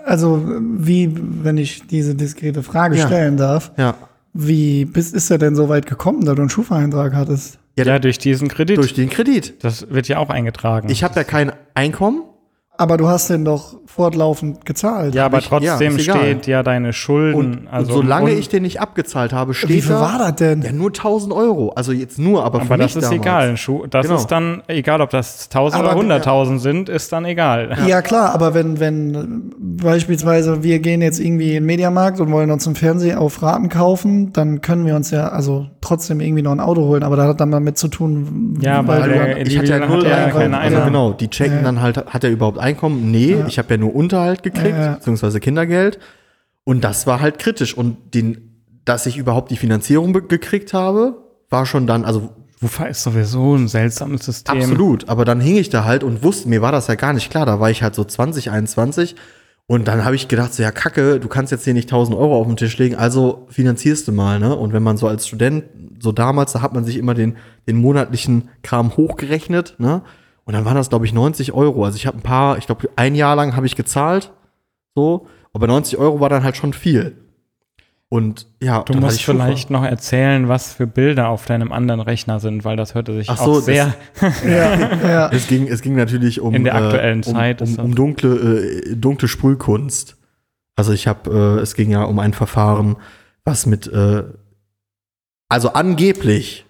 wenn ich diese diskrete Frage stellen darf, Ja. wie ist er denn so weit gekommen, da du einen Schufa-Eintrag hattest? Ja, durch diesen Kredit. Durch den Kredit. Das wird ja auch eingetragen. Ich habe ja kein Einkommen. Aber du hast den doch fortlaufend gezahlt. Ja, aber ist trotzdem egal. steht ja deine Schulden. Und solange ich den nicht abgezahlt habe, steht Wie viel war das denn? Ja, nur 1.000 €. Also jetzt nur, aber für aber mich das ist damals. egal. Das Genau. ist dann, egal ob das 1.000 Aber- oder 100.000 sind, ist dann egal. Ja, klar, aber wenn beispielsweise wir gehen jetzt irgendwie in den Mediamarkt und wollen uns einen Fernseher auf Raten kaufen, dann können wir uns ja also trotzdem irgendwie noch ein Auto holen, aber da hat dann mal mit zu tun, Ja, weil weil du der- dann, Ich hatte ja null keine Einkommen. Also Einnahme. genau, die checken dann halt, hat er überhaupt Einkommen? Nee, ich habe ja nur Unterhalt gekriegt, beziehungsweise Kindergeld. Und das war halt kritisch. Und dass ich überhaupt die Finanzierung gekriegt habe, war schon dann, also Schufa ist sowieso ein seltsames System. absolut. Aber dann hing ich da halt und wusste, mir war das ja gar nicht klar. Da war ich halt so 20, 21. Und dann habe ich gedacht, so ja, Kacke, du kannst jetzt hier nicht 1.000 € auf den Tisch legen, also finanzierst du mal, ne? Und wenn man so als Student, so damals, da hat man sich immer den monatlichen Kram hochgerechnet, ne? Und dann waren das, glaube ich, 90 €. Also ich habe ich glaube, 1 Jahr lang habe ich gezahlt, so. Aber 90 € war dann halt schon viel. Und ja, Du dann hatte musst ich Schufa. vielleicht noch erzählen, was für Bilder auf deinem anderen Rechner sind, weil das hörte sich Ach so, auch sehr ja, Es ging natürlich um in der aktuellen um, Zeit. ist um dunkle Sprühkunst. Also es ging ja um ein Verfahren, was mit Also angeblich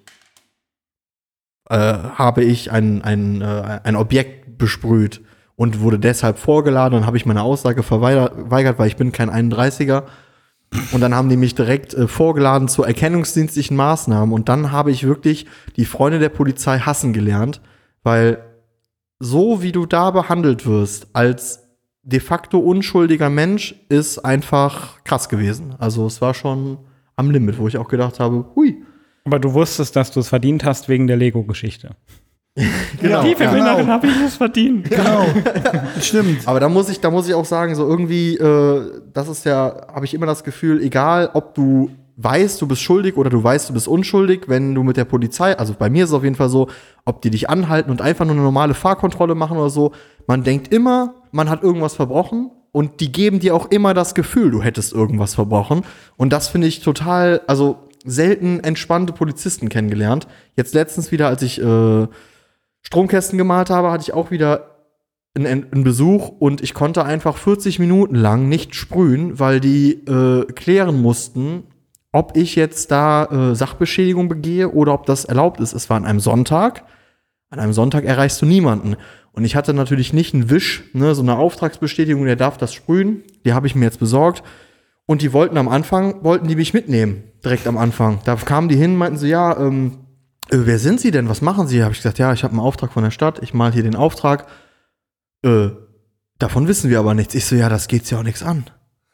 habe ich ein Objekt besprüht und wurde deshalb vorgeladen. Dann habe ich meine Aussage verweigert, weil ich bin kein 31er. Und dann haben die mich direkt vorgeladen zu erkennungsdienstlichen Maßnahmen. Und dann habe ich wirklich die Freunde der Polizei hassen gelernt, weil so wie du da behandelt wirst als de facto unschuldiger Mensch ist einfach krass gewesen. Also es war schon am Limit, wo ich auch gedacht habe, hui. Aber du wusstest, dass du es verdient hast wegen der Lego-Geschichte. Genau. Die Verminderin habe ich es verdient. Genau. Stimmt. Aber da muss ich auch sagen, so irgendwie, das ist ja, habe ich immer das Gefühl, egal ob du weißt, du bist schuldig oder du weißt, du bist unschuldig, wenn du mit der Polizei, also bei mir ist es auf jeden Fall so, ob die dich anhalten und einfach nur eine normale Fahrkontrolle machen oder so, man denkt immer, man hat irgendwas verbrochen und die geben dir auch immer das Gefühl, du hättest irgendwas verbrochen. Und das finde ich total, also selten entspannte Polizisten kennengelernt. Jetzt letztens wieder, als ich Stromkästen gemalt habe, hatte ich auch wieder einen Besuch und ich konnte einfach 40 Minuten lang nicht sprühen, weil die klären mussten, ob ich jetzt da Sachbeschädigung begehe oder ob das erlaubt ist. Es war an einem Sonntag. An einem Sonntag erreichst du niemanden. Und ich hatte natürlich nicht einen Wisch, ne, so eine Auftragsbestätigung, der darf das sprühen. Die habe ich mir jetzt besorgt. Und die wollten die mich mitnehmen, direkt am Anfang. Da kamen die hin, meinten sie, ja, wer sind Sie denn? Was machen Sie? Habe ich gesagt, ja, ich habe einen Auftrag von der Stadt, ich mal hier den Auftrag. Davon wissen wir aber nichts. Ich so, ja, das geht's ja auch nichts an.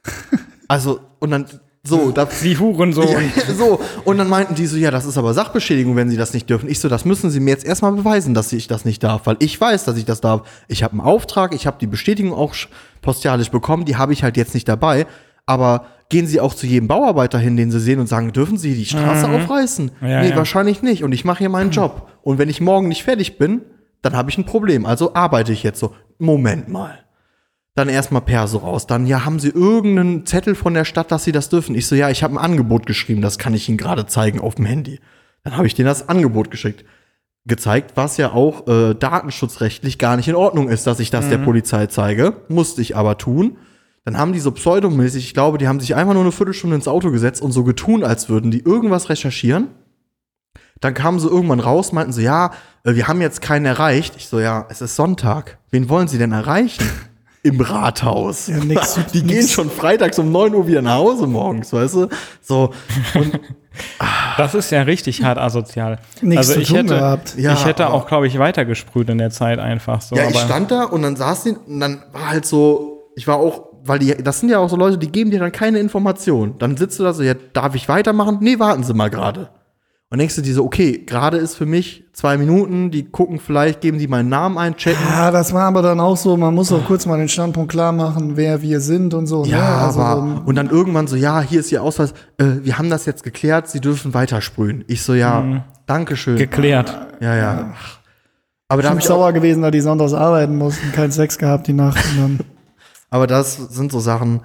Also, und dann, so, Sie Hurensohn. ja, so, und dann meinten die so, ja, das ist aber Sachbeschädigung, wenn Sie das nicht dürfen. Ich so, das müssen Sie mir jetzt erstmal beweisen, dass ich das nicht darf, weil ich weiß, dass ich das darf. Ich habe einen Auftrag, ich habe die Bestätigung auch postialisch bekommen, die habe ich halt jetzt nicht dabei. Aber gehen Sie auch zu jedem Bauarbeiter hin, den Sie sehen und sagen, dürfen Sie die Straße aufreißen? Ja, nee, ja. wahrscheinlich nicht. Und ich mache hier meinen Job. Und wenn ich morgen nicht fertig bin, dann habe ich ein Problem. Also arbeite ich jetzt so. Moment mal. Dann erstmal Perso raus. Dann, ja, haben Sie irgendeinen Zettel von der Stadt, dass Sie das dürfen? Ich so, ja, ich habe ein Angebot geschrieben, das kann ich Ihnen gerade zeigen auf dem Handy. Dann habe ich denen das Angebot gezeigt, was ja auch datenschutzrechtlich gar nicht in Ordnung ist, dass ich das der Polizei zeige. Musste ich aber tun. Dann haben die so pseudomäßig, ich glaube, die haben sich einfach nur eine Viertelstunde ins Auto gesetzt und so getun, als würden die irgendwas recherchieren. Dann kamen sie irgendwann raus, meinten so, ja, wir haben jetzt keinen erreicht. Ich so, ja, es ist Sonntag. Wen wollen Sie denn erreichen? Im Rathaus. Ja, nix, die gehen schon freitags um 9 Uhr wieder nach Hause morgens, weißt du? So. Und Das ist ja richtig hart asozial. Nichts Also zu tun gehabt. Ja, ich hätte aber- auch, glaube ich, weitergesprüht in der Zeit einfach so. ja, ich aber stand da und dann saß die und dann war halt so, ich war auch, weil das sind ja auch so Leute, die geben dir dann keine Information. Dann sitzt du da so, ja, darf ich weitermachen? Nee, warten Sie mal gerade. Und denkst du dir so, okay, gerade ist für mich 2 Minuten, die gucken vielleicht, geben die meinen Namen ein, chatten. Ja, das war aber dann auch so, man muss auch kurz mal den Standpunkt klar machen, wer wir sind und so. Ja, ne? Also, aber, und dann irgendwann so, ja, hier ist Ihr Ausweis, wir haben das jetzt geklärt, Sie dürfen weitersprühen. Ich so, ja, Dankeschön. geklärt. Ja. Aber da ich hab bin ich auch, sauer gewesen, da die sonntags arbeiten mussten, keinen Sex gehabt die Nacht. Und dann aber das sind so Sachen,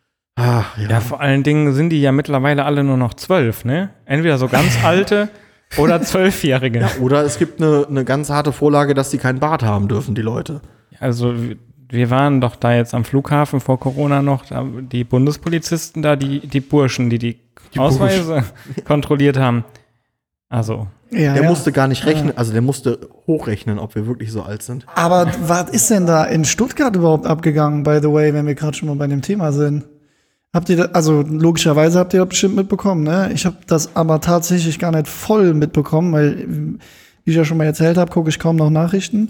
Ja, vor allen Dingen sind die ja mittlerweile alle nur noch 12, ne? Entweder so ganz alte oder 12-Jährige. ja, oder es gibt eine ganz harte Vorlage, dass die keinen Bart haben dürfen, die Leute. Also wir waren doch da jetzt am Flughafen vor Corona noch, da, die Bundespolizisten da, die Burschen, die Ausweise kontrolliert haben. Also, ja, Der ja. musste gar nicht rechnen, also der musste hochrechnen, ob wir wirklich so alt sind. Aber was ist denn da in Stuttgart überhaupt abgegangen, by the way, wenn wir gerade schon mal bei dem Thema sind? Habt ihr, also logischerweise habt ihr das bestimmt mitbekommen, ne? Ich habe das aber tatsächlich gar nicht voll mitbekommen, weil, wie ich ja schon mal erzählt habe, gucke ich kaum noch Nachrichten.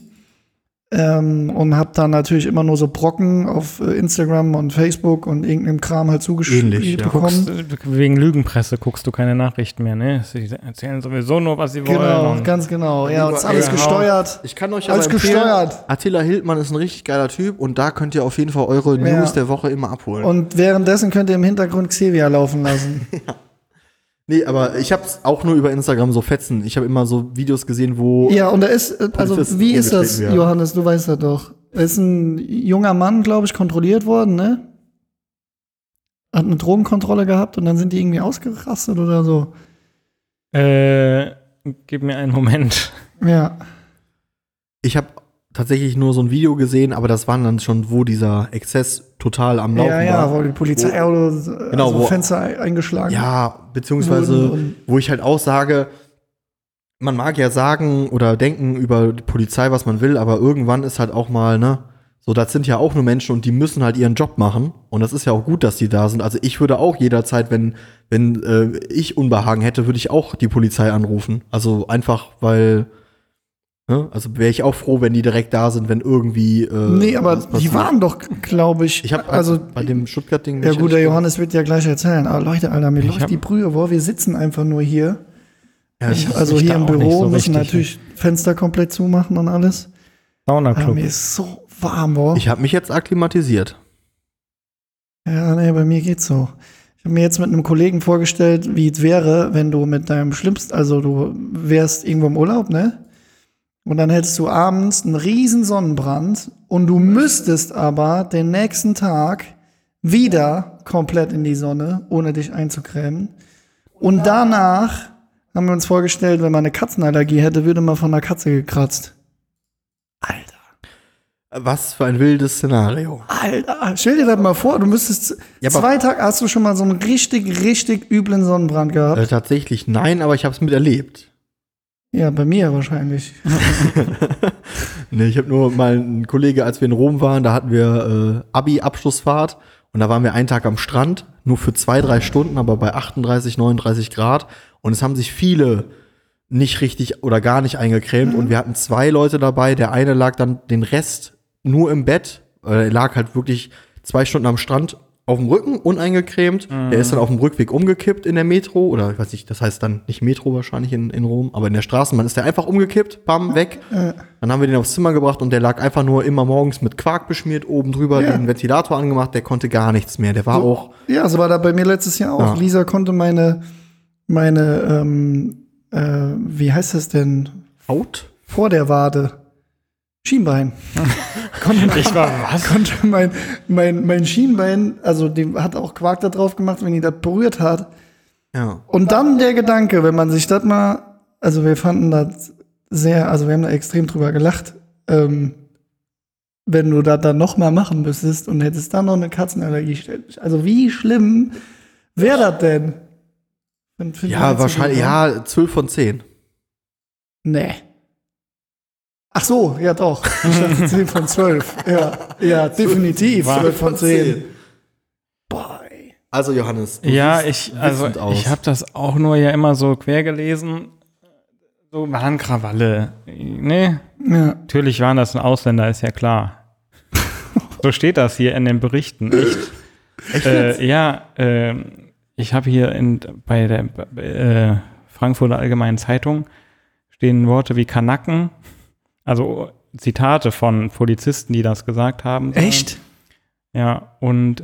Und habe dann natürlich immer nur so Brocken auf Instagram und Facebook und irgendeinem Kram halt zugeschrieben Ähnlich, ja. bekommen. wegen Lügenpresse guckst du keine Nachrichten mehr, ne? Sie erzählen sowieso nur, was sie wollen. Genau, und- ganz genau. Ja, und ist Ja, alles ja. gesteuert. Ich kann euch Alles aber empfehlen, gesteuert. Attila Hildmann ist ein richtig geiler Typ und da könnt ihr auf jeden Fall eure News der Woche immer abholen. Und währenddessen könnt ihr im Hintergrund Xevia laufen lassen. Nee, aber ich hab's auch nur über Instagram so fetzen. Ich habe immer so Videos gesehen, wo Ja, und da ist, also Polizisten wie ist das, umgetreten werden. Johannes, du weißt das doch. Da ist ein junger Mann, glaube ich, kontrolliert worden, ne? Hat eine Drogenkontrolle gehabt und dann sind die irgendwie ausgerastet oder so. Gib mir einen Moment. Ja. ich habe tatsächlich nur so ein Video gesehen, aber das waren dann schon, wo dieser Exzess total am Laufen war. Ja, wo die Polizei genau, also Fenster eingeschlagen. Ja, beziehungsweise, und wo ich halt auch sage, man mag ja sagen oder denken über die Polizei, was man will, aber irgendwann ist halt auch mal, ne, so, das sind ja auch nur Menschen und die müssen halt ihren Job machen. Und das ist ja auch gut, dass die da sind. Also ich würde auch jederzeit, wenn ich Unbehagen hätte, würde ich auch die Polizei anrufen. Also einfach, weil, ne, also wäre ich auch froh, wenn die direkt da sind, wenn irgendwie nee, aber die waren doch, glaube ich, Ich habe also bei dem Stuttgart-Ding ja nicht gut, der echt- Johannes wird ja gleich erzählen. Aber Leute, Alter, mir läuft die Brühe, wo wir sitzen einfach nur hier. Ja, ich Also mich hier da im auch nicht Büro so müssen richtig, natürlich Fenster komplett zumachen und alles. Aber Saunaclub. mir ist so warm, boah. Ich habe mich jetzt akklimatisiert. Ja, nee, bei mir geht's so. Ich habe mir jetzt mit einem Kollegen vorgestellt, wie es wäre, wenn du mit deinem also du wärst irgendwo im Urlaub, ne? Und dann hättest du abends einen riesen Sonnenbrand und du müsstest aber den nächsten Tag wieder komplett in die Sonne, ohne dich einzucremen. Und danach haben wir uns vorgestellt, wenn man eine Katzenallergie hätte, würde man von einer Katze gekratzt. Alter. Was für ein wildes Szenario. Alter, stell dir das mal vor, du müsstest Ja, aber- 2 Tage, hast du schon mal so einen richtig üblen Sonnenbrand gehabt? Tatsächlich nein, aber ich habe es miterlebt. Ja, bei mir wahrscheinlich. Nee, ich habe nur mal einen Kollege, als wir in Rom waren, da hatten wir Abi-Abschlussfahrt und da waren wir einen Tag am Strand, nur für 2-3 Stunden, aber bei 38, 39 Grad und es haben sich viele nicht richtig oder gar nicht eingecremt und wir hatten 2 Leute dabei, der eine lag dann den Rest nur im Bett, er lag halt wirklich 2 Stunden am Strand auf dem Rücken, uneingecremt. Der ist dann auf dem Rückweg umgekippt in der Metro. Oder ich weiß nicht, das heißt dann nicht Metro wahrscheinlich in Rom, aber in der Straßenbahn ist der einfach umgekippt, bam, weg. Dann haben wir den aufs Zimmer gebracht und der lag einfach nur immer morgens mit Quark beschmiert, oben drüber den Ventilator angemacht, der konnte gar nichts mehr. Der war auch. Ja, so war das bei mir letztes Jahr auch. Ja. Lisa konnte meine wie heißt das denn? Haut? Vor der Wade. Schienbein. Ich war was? Konnte mein Schienbein, also dem hat auch Quark da drauf gemacht, wenn die das berührt hat. Ja. Und dann der Gedanke, wenn man sich das mal, also wir fanden das sehr, also wir haben da extrem drüber gelacht, wenn du das dann noch mal machen müsstest und hättest dann noch eine Katzenallergie. Also wie schlimm wäre das denn? Ja, wahrscheinlich, ja, 12 von 10. Nee. Ach so, ja doch. Ich dachte 10 von 12. Ja, definitiv 12 von 10. Boah, ey. Also Johannes. du Ja, siehst ich wissend aus. habe das auch nur ja immer so quer gelesen. So waren Krawalle. Nee, Ja. natürlich waren das ein Ausländer, ist ja klar. So steht das hier in den Berichten. Echt? Ich habe hier bei der Frankfurter Allgemeinen Zeitung stehen Worte wie Kanaken, also Zitate von Polizisten, die das gesagt haben. Echt? Ja, und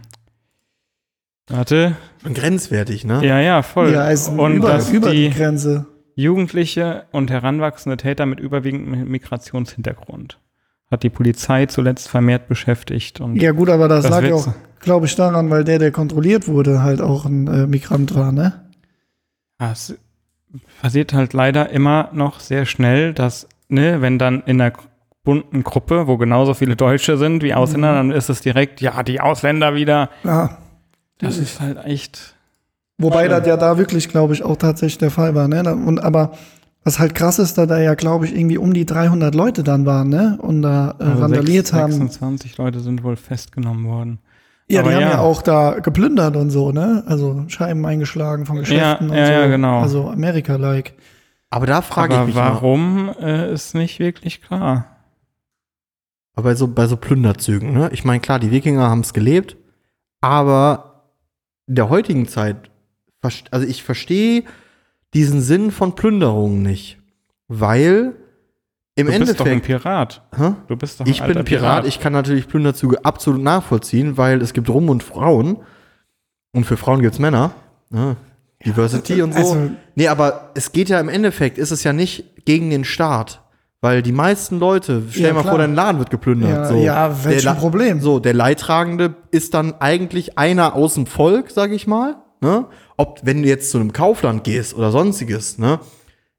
warte. Schon grenzwertig, ne? Ja, voll. Ja, ist und dass über die die Grenze. Jugendliche und heranwachsende Täter mit überwiegendem Migrationshintergrund hat die Polizei zuletzt vermehrt beschäftigt. Und Ja gut, aber das Das lag ja wird's. auch, glaube ich, daran, weil der kontrolliert wurde, halt auch ein Migrant war, ne? es passiert halt leider immer noch sehr schnell, dass, ne, wenn dann in einer bunten Gruppe, wo genauso viele Deutsche sind wie Ausländer, dann ist es direkt, ja, die Ausländer wieder. Ja. Das ist halt echt. Wobei das ja da wirklich, glaube ich, auch tatsächlich der Fall war, ne? Aber was halt krass ist, da ja, glaube ich, irgendwie um die 300 Leute dann waren, ne? Und da randaliert haben. 26 Leute sind wohl festgenommen worden. Ja, die Aber haben ja. ja auch da geplündert und so, ne? Also Scheiben eingeschlagen von Geschäften und so. ja, genau. Also Amerika-like. Aber da frage ich Aber mich mal. warum, ist nicht wirklich klar. Aber bei so Plünderzügen, ne? Ich meine, klar, die Wikinger haben es gelebt, aber in der heutigen Zeit, also ich verstehe diesen Sinn von Plünderungen nicht. Weil im Du bist doch ein Endeffekt. Pirat. Hä? Du bist doch ein Ich bin alter ein Pirat, ich kann natürlich Plünderzüge absolut nachvollziehen, weil es gibt Rum und Frauen. Und für Frauen gibt's Männer. Ne? Diversity und so. also- Nee, aber es geht ja im Endeffekt, ist es ja nicht gegen den Staat. Weil die meisten Leute, stell dir Ja, mal klar. vor, dein Laden wird geplündert. Ja, so. ja, welches Der La- Problem? So, der Leidtragende ist dann eigentlich einer aus dem Volk, sag ich mal. Ne? Wenn du jetzt zu einem Kaufland gehst oder sonstiges, ne,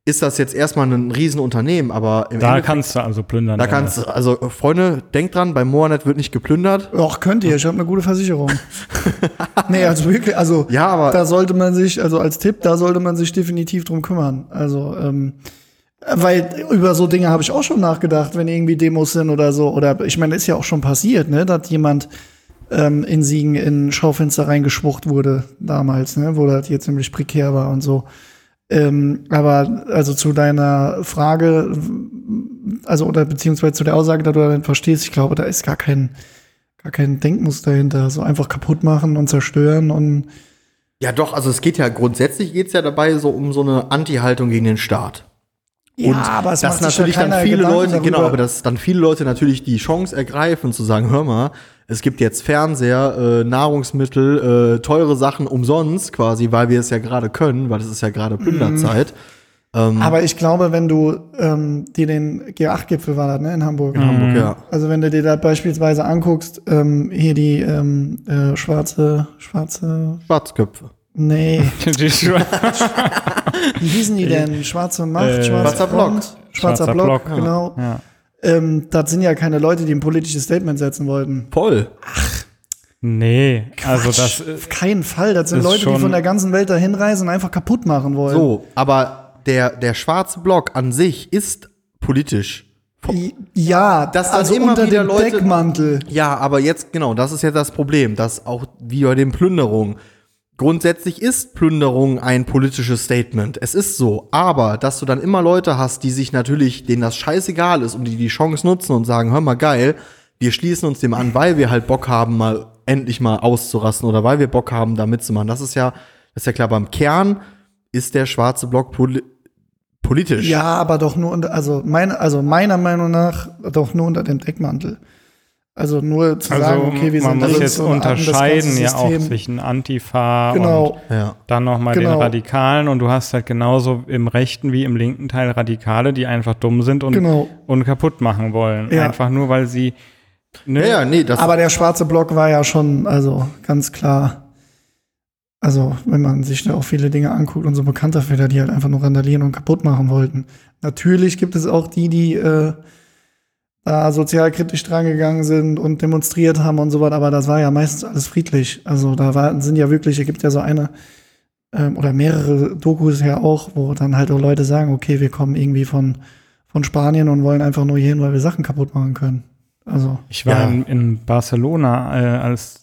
ist das jetzt erstmal ein Riesenunternehmen, aber im Da Endeffekt, kannst du also plündern. da kannst du, also Freunde, denkt dran, bei Moanet wird nicht geplündert. Och, könnt ihr, ich habe eine gute Versicherung. Nee, also wirklich, also Ja, aber da sollte man sich, also als Tipp, da sollte man sich definitiv drum kümmern. Also, weil über so Dinge habe ich auch schon nachgedacht, wenn irgendwie Demos sind oder so. Oder ich meine, ist ja auch schon passiert, ne, dass jemand in Siegen in Schaufenster reingeschwucht wurde damals, ne, wo das hier ziemlich prekär war und so. Aber also zu deiner Frage, also oder beziehungsweise zu der Aussage, da du dann verstehst, ich glaube, da ist gar kein Denkmuster hinter. So einfach kaputt machen und zerstören und ja doch, also es geht ja grundsätzlich geht's ja dabei so um so eine Anti-Haltung gegen den Staat. ja, Und aber es dass macht sich ja natürlich dann keiner viele Gedanken Leute, darüber. genau, aber dass dann viele Leute natürlich die Chance ergreifen zu sagen, hör mal, es gibt jetzt Fernseher, Nahrungsmittel, teure Sachen umsonst quasi, weil wir es ja gerade können, weil es ist ja gerade Plünderzeit. Aber ich glaube, wenn du dir den G8-Gipfel war das, ne, in Hamburg. In Hamburg, ja. Also wenn du dir da beispielsweise anguckst, hier die schwarze, Schwarzköpfe. nee, wie hießen die denn? Schwarze Macht, Schwarzer Block. Schwarzer Block, ja. genau. Ja. Das sind ja keine Leute, die ein politisches Statement setzen wollten. Voll. Nee, also das Auf keinen Fall. Das sind ist Leute, die schon- von der ganzen Welt dahin reisen und einfach kaputt machen wollen. So, aber der schwarze Block an sich ist politisch. Ja, Dass dann also immer unter wieder dem Leute- Deckmantel. Ja, aber jetzt, genau, das ist ja das Problem, dass auch wie bei den Plünderungen. Grundsätzlich ist Plünderung ein politisches Statement. Es ist so. Aber, dass du dann immer Leute hast, die sich natürlich, denen das scheißegal ist und die Chance nutzen und sagen, hör mal, geil, wir schließen uns dem an, weil wir halt Bock haben, mal endlich mal auszurasten oder weil wir Bock haben, da mitzumachen. Das ist ja klar. Beim Kern ist der schwarze Block politisch. Ja, aber doch nur unter, also meiner Meinung nach doch nur unter dem Deckmantel. Also nur zu sagen, okay, wir man sind muss links jetzt und atmen das unterscheiden ganze ja auch System. zwischen Antifa Genau. und Ja. dann nochmal Genau. den Radikalen und du hast halt genauso im rechten wie im linken Teil Radikale, die einfach dumm sind und, Genau. und kaputt machen wollen. Ja. Einfach nur, weil sie Ja, nee, das Aber der schwarze Block war ja schon, also ganz klar, also wenn man sich da auch viele Dinge anguckt und so bekannt dafür, die halt einfach nur randalieren und kaputt machen wollten. Natürlich gibt es auch die da sozialkritisch drangegangen sind und demonstriert haben und so weiter, aber das war ja meistens alles friedlich. Also es gibt ja so eine oder mehrere Dokus ja auch, wo dann halt auch Leute sagen, okay, wir kommen irgendwie von Spanien und wollen einfach nur hier hin, weil wir Sachen kaputt machen können. Also Ich war Ja. in Barcelona, als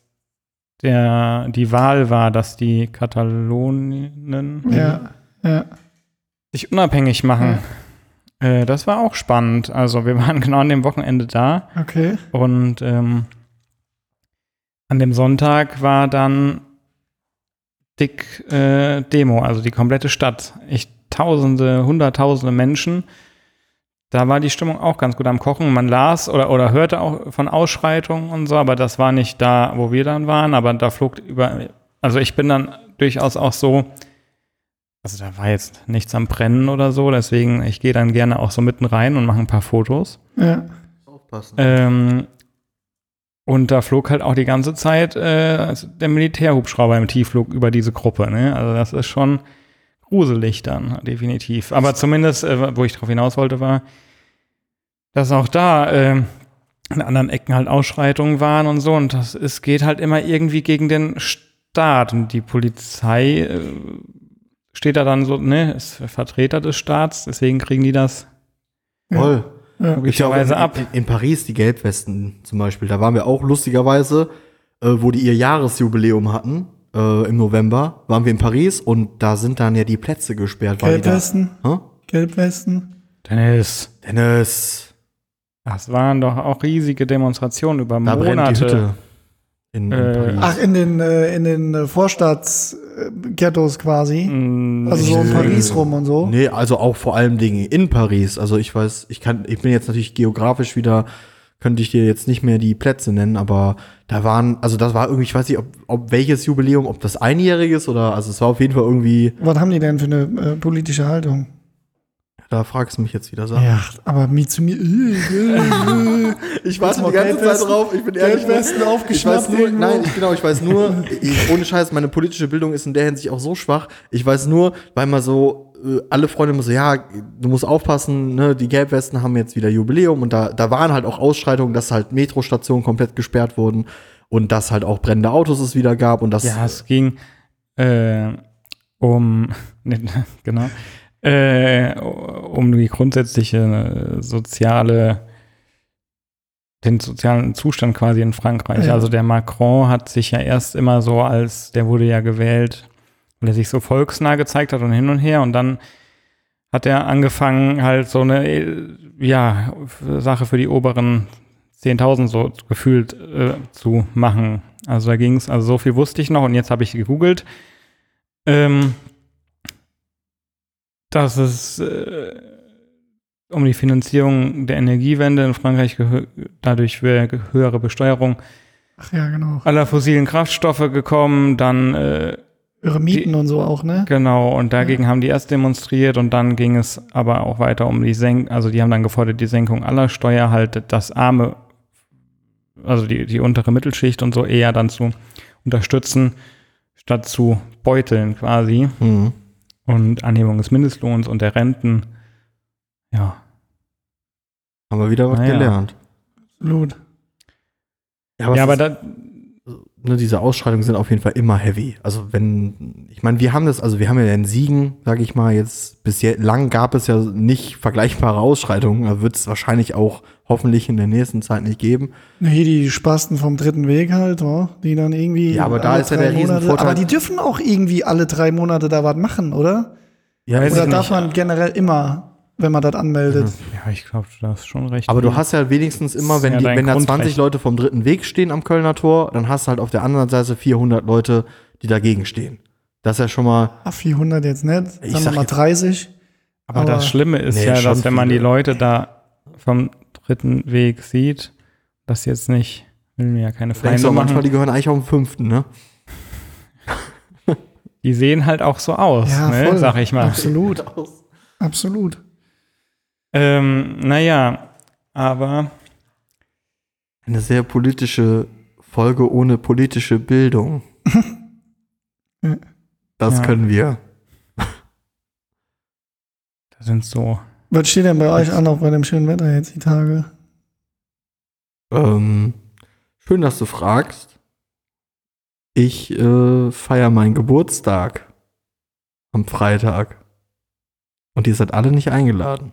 die Wahl war, dass die Katalonien ja. sich unabhängig machen. Das war auch spannend. Also wir waren genau an dem Wochenende da Okay. und an dem Sonntag war dann dick Demo, also die komplette Stadt. Echt Hunderttausende Menschen. Da war die Stimmung auch ganz gut am Kochen. Man las oder hörte auch von Ausschreitungen und so, aber das war nicht da, wo wir dann waren. Aber da flog also ich bin dann durchaus auch so, also da war jetzt nichts am Brennen oder so, deswegen, ich gehe dann gerne auch so mitten rein und mache ein paar Fotos. Ja. aufpassen. Und da flog halt auch die ganze Zeit der Militärhubschrauber im Tiefflug über diese Gruppe. Ne? Also das ist schon gruselig dann, definitiv. Aber zumindest, wo ich drauf hinaus wollte, war, dass auch da in anderen Ecken halt Ausschreitungen waren und so. Und es geht halt immer irgendwie gegen den Staat. Und die Polizei steht da dann so, ne, ist Vertreter des Staats, deswegen kriegen die das Voll. möglicherweise ab. In Paris, die Gelbwesten zum Beispiel, da waren wir auch lustigerweise, wo die ihr Jahresjubiläum hatten, im November, waren wir in Paris und da sind dann ja die Plätze gesperrt. weil die da- Gelbwesten? Hä? Gelbwesten? Dennis, Das waren doch auch riesige Demonstrationen über da brennt die Monate. Hütte in Paris. Ach, in den Vorstadtsghettos quasi. Mm, Also so in Paris rum und so. Nee, also auch vor allem Dinge in Paris. Also ich weiß, ich bin jetzt natürlich geografisch wieder, könnte ich dir jetzt nicht mehr die Plätze nennen, aber da waren, also das war irgendwie, ich weiß nicht, ob welches Jubiläum, ob das einjähriges oder, also es war auf jeden Fall irgendwie, Was haben die denn für eine politische Haltung? da fragst du mich jetzt wieder Sachen. Ja, aber zu mir. Ich warte mal die ganze Zeit Gelbwesten- drauf, ich bin ehrlich. Gelbwesten Ich aufgeschnappt weiß nur, irgendwo. nein, ich weiß nur, ohne Scheiß, meine politische Bildung ist in der Hinsicht auch so schwach. Ich weiß nur, weil mal so alle Freunde immer so, ja, du musst aufpassen, ne, die Gelbwesten haben jetzt wieder Jubiläum und da waren halt auch Ausschreitungen, dass halt Metrostationen komplett gesperrt wurden und dass halt auch brennende Autos es wieder gab und das. Ja, es ging um die grundsätzliche den sozialen Zustand quasi in Frankreich. Ja. Also der Macron hat sich ja erst immer so der wurde ja gewählt, weil er sich so volksnah gezeigt hat und hin und her und dann hat er angefangen halt so eine Sache für die oberen 10.000 so gefühlt zu machen. Also da ging es, also so viel wusste ich noch und jetzt habe ich gegoogelt, dass es um die Finanzierung der Energiewende in Frankreich dadurch wäre höhere Besteuerung Genau. aller fossilen Kraftstoffe gekommen, dann Ihre Mieten und so auch, ne? Genau, und dagegen haben die erst demonstriert und dann ging es aber auch weiter um die also die haben dann gefordert, die Senkung aller Steuer, halt das arme, also die untere Mittelschicht und so eher dann zu unterstützen, statt zu beuteln quasi. Mhm. Und Anhebung des Mindestlohns und der Renten, ja. Haben wir wieder was gelernt. Absolut. Ja, aber diese Ausschreitungen sind auf jeden Fall immer heavy. Also wir haben ja in Siegen, sage ich mal, jetzt lang gab es ja nicht vergleichbare Ausschreitungen. Da wird es wahrscheinlich auch hoffentlich in der nächsten Zeit nicht geben. Hier die Spasten vom dritten Weg halt, die dann irgendwie. Ja, aber da ist ja der Riesenvorteil. Aber die dürfen auch irgendwie alle 3 Monate da was machen, oder? Ja, oder darf man generell immer, wenn man das anmeldet? Ja, ich glaube, du hast schon recht. Aber du hast ja wenigstens immer, wenn da 20 Leute vom dritten Weg stehen am Kölner Tor, dann hast du halt auf der anderen Seite 400 Leute, die dagegen stehen. Das ist ja schon mal. 400 jetzt nicht, sagen wir mal 30. Aber das Schlimme ist dass wenn man die Leute da vom dritten Weg sieht, das jetzt nicht, will mir ja keine Feinde machen. Manchmal, die gehören eigentlich auf den 5., ne? Die sehen halt auch so aus, ja, ne, voll. Sag ich mal. Absolut. Absolut. Aber eine sehr politische Folge ohne politische Bildung. Das können wir. Das sind so. Was steht denn bei euch an, auch bei dem schönen Wetter jetzt die Tage? Schön, dass du fragst. Ich feiere meinen Geburtstag am Freitag. Und ihr seid alle nicht eingeladen.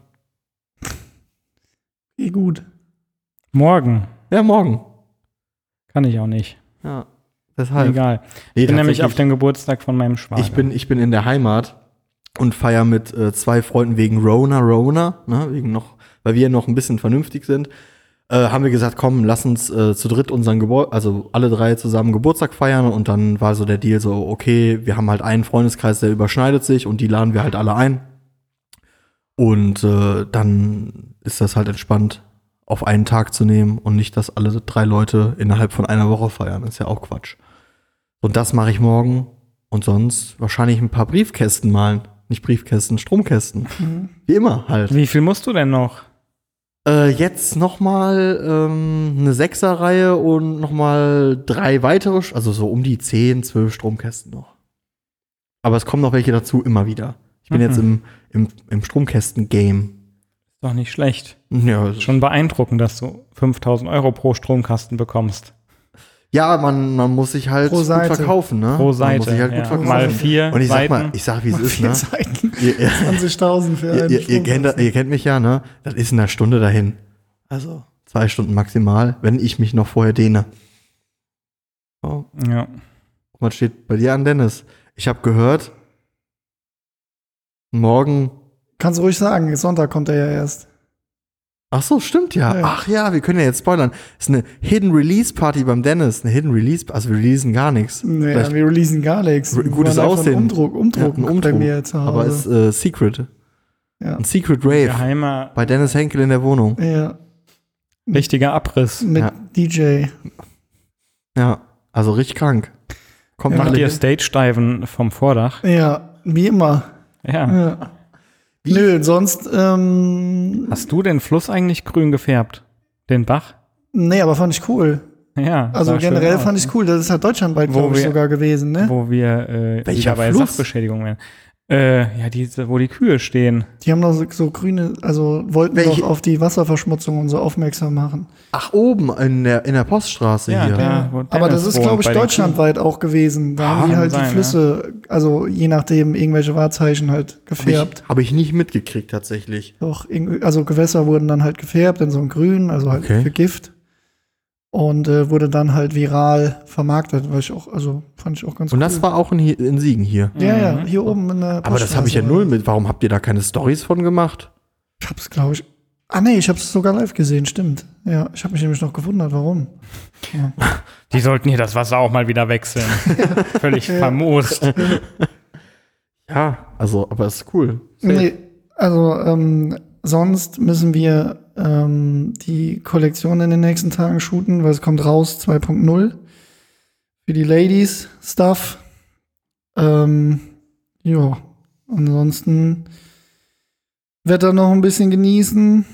Gut. Morgen. Ja, morgen. Kann ich auch nicht. Ja, deshalb. Egal. Ich bin nämlich auf dem Geburtstag von meinem Schwager. Ich bin in der Heimat und feiere mit 2 Freunden wegen Rona, ne, weil wir noch ein bisschen vernünftig sind. Haben wir gesagt, komm, lass uns zu dritt also alle 3 zusammen Geburtstag feiern und dann war so der Deal so, okay, wir haben halt einen Freundeskreis, der überschneidet sich und die laden wir halt alle ein und dann ist das halt entspannt, auf einen Tag zu nehmen und nicht, dass alle 3 Leute innerhalb von einer Woche feiern, ist ja auch Quatsch. Und das mache ich morgen und sonst wahrscheinlich ein paar Briefkästen malen, nicht Briefkästen, Stromkästen, wie immer halt. Wie viel musst du denn noch? Jetzt nochmal eine 6er-Reihe und nochmal 3 weitere, also so um die 10, 12 Stromkästen noch. Aber es kommen noch welche dazu, immer wieder. Ich bin jetzt im Stromkästen-Game. Ist doch nicht schlecht. Ja, ist schon beeindruckend, dass du 5.000 € pro Stromkasten bekommst. Ja, man muss sich halt gut verkaufen, ne? Pro Seite, man muss sich halt gut verkaufen. Mal 4 Und ich Seiten. sag, wie es ist, ne? 20.000 für einen ihr kennt mich ja, ne? Das ist in einer Stunde dahin. Also 2 Stunden maximal, wenn ich mich noch vorher dehne. Oh. Ja. Was steht bei dir an, Dennis? Ich habe gehört, morgen. Kannst du ruhig sagen, Sonntag kommt er ja erst. Ach so, stimmt ja. Ja. Ach ja, wir können ja jetzt spoilern. Es ist eine Hidden Release Party beim Dennis. Eine Hidden Release, also wir releasen gar nichts. Naja, wir releasen gar nichts. Gutes Aussehen. Umdruck bei mir zu Hause. Aber es ist Secret. Ja. Ein Secret Rave. Geheimer. Bei Dennis Henkel in der Wohnung. Ja. Richtiger Abriss. Mit DJ. Ja, also richtig krank. Kommt Macht alle ihr hin. Stage-Diven vom Vordach? Ja, wie immer. Ja. Nö, sonst, Hast du den Fluss eigentlich grün gefärbt? Den Bach? nee, aber fand ich cool. Ja. Also sah schön generell aus, fand ich cool. Das ist halt deutschlandweit, Wo glaube ich, wir- sogar gewesen, ne? Wo wir Welcher wieder bei Fluss? Sachbeschädigung wären. Ja, diese, wo die Kühe stehen. Die haben doch so grüne, also wollten doch auf die Wasserverschmutzung und so aufmerksam machen. Ach, oben in der Poststraße hier. Da, wo Aber das Dennis ist, glaube wohnt, ich, bei den deutschlandweit auch gewesen. Da haben die kann halt sein, die Flüsse, also je nachdem, irgendwelche Wahrzeichen halt gefärbt. Habe ich nicht mitgekriegt, tatsächlich. Doch, also Gewässer wurden dann halt gefärbt in so ein Grün, also halt Okay. für Gift. Und wurde dann halt viral vermarktet, fand ich auch ganz cool. Und das war auch in Siegen hier. Ja, hier oben in der Aber das habe ich ja null mit. Warum habt ihr da keine Stories von gemacht? Ich hab's, glaube ich. Nee, ich hab's sogar live gesehen, stimmt. Ja, ich habe mich nämlich noch gewundert, warum. Ja. Die sollten hier das Wasser auch mal wieder wechseln. Völlig famos. Ja, also, aber ist cool. Nee, also sonst müssen wir die Kollektion in den nächsten Tagen shooten, weil es kommt raus 2.0 für die Ladies Stuff. Ja, ansonsten Wetter noch ein bisschen genießen.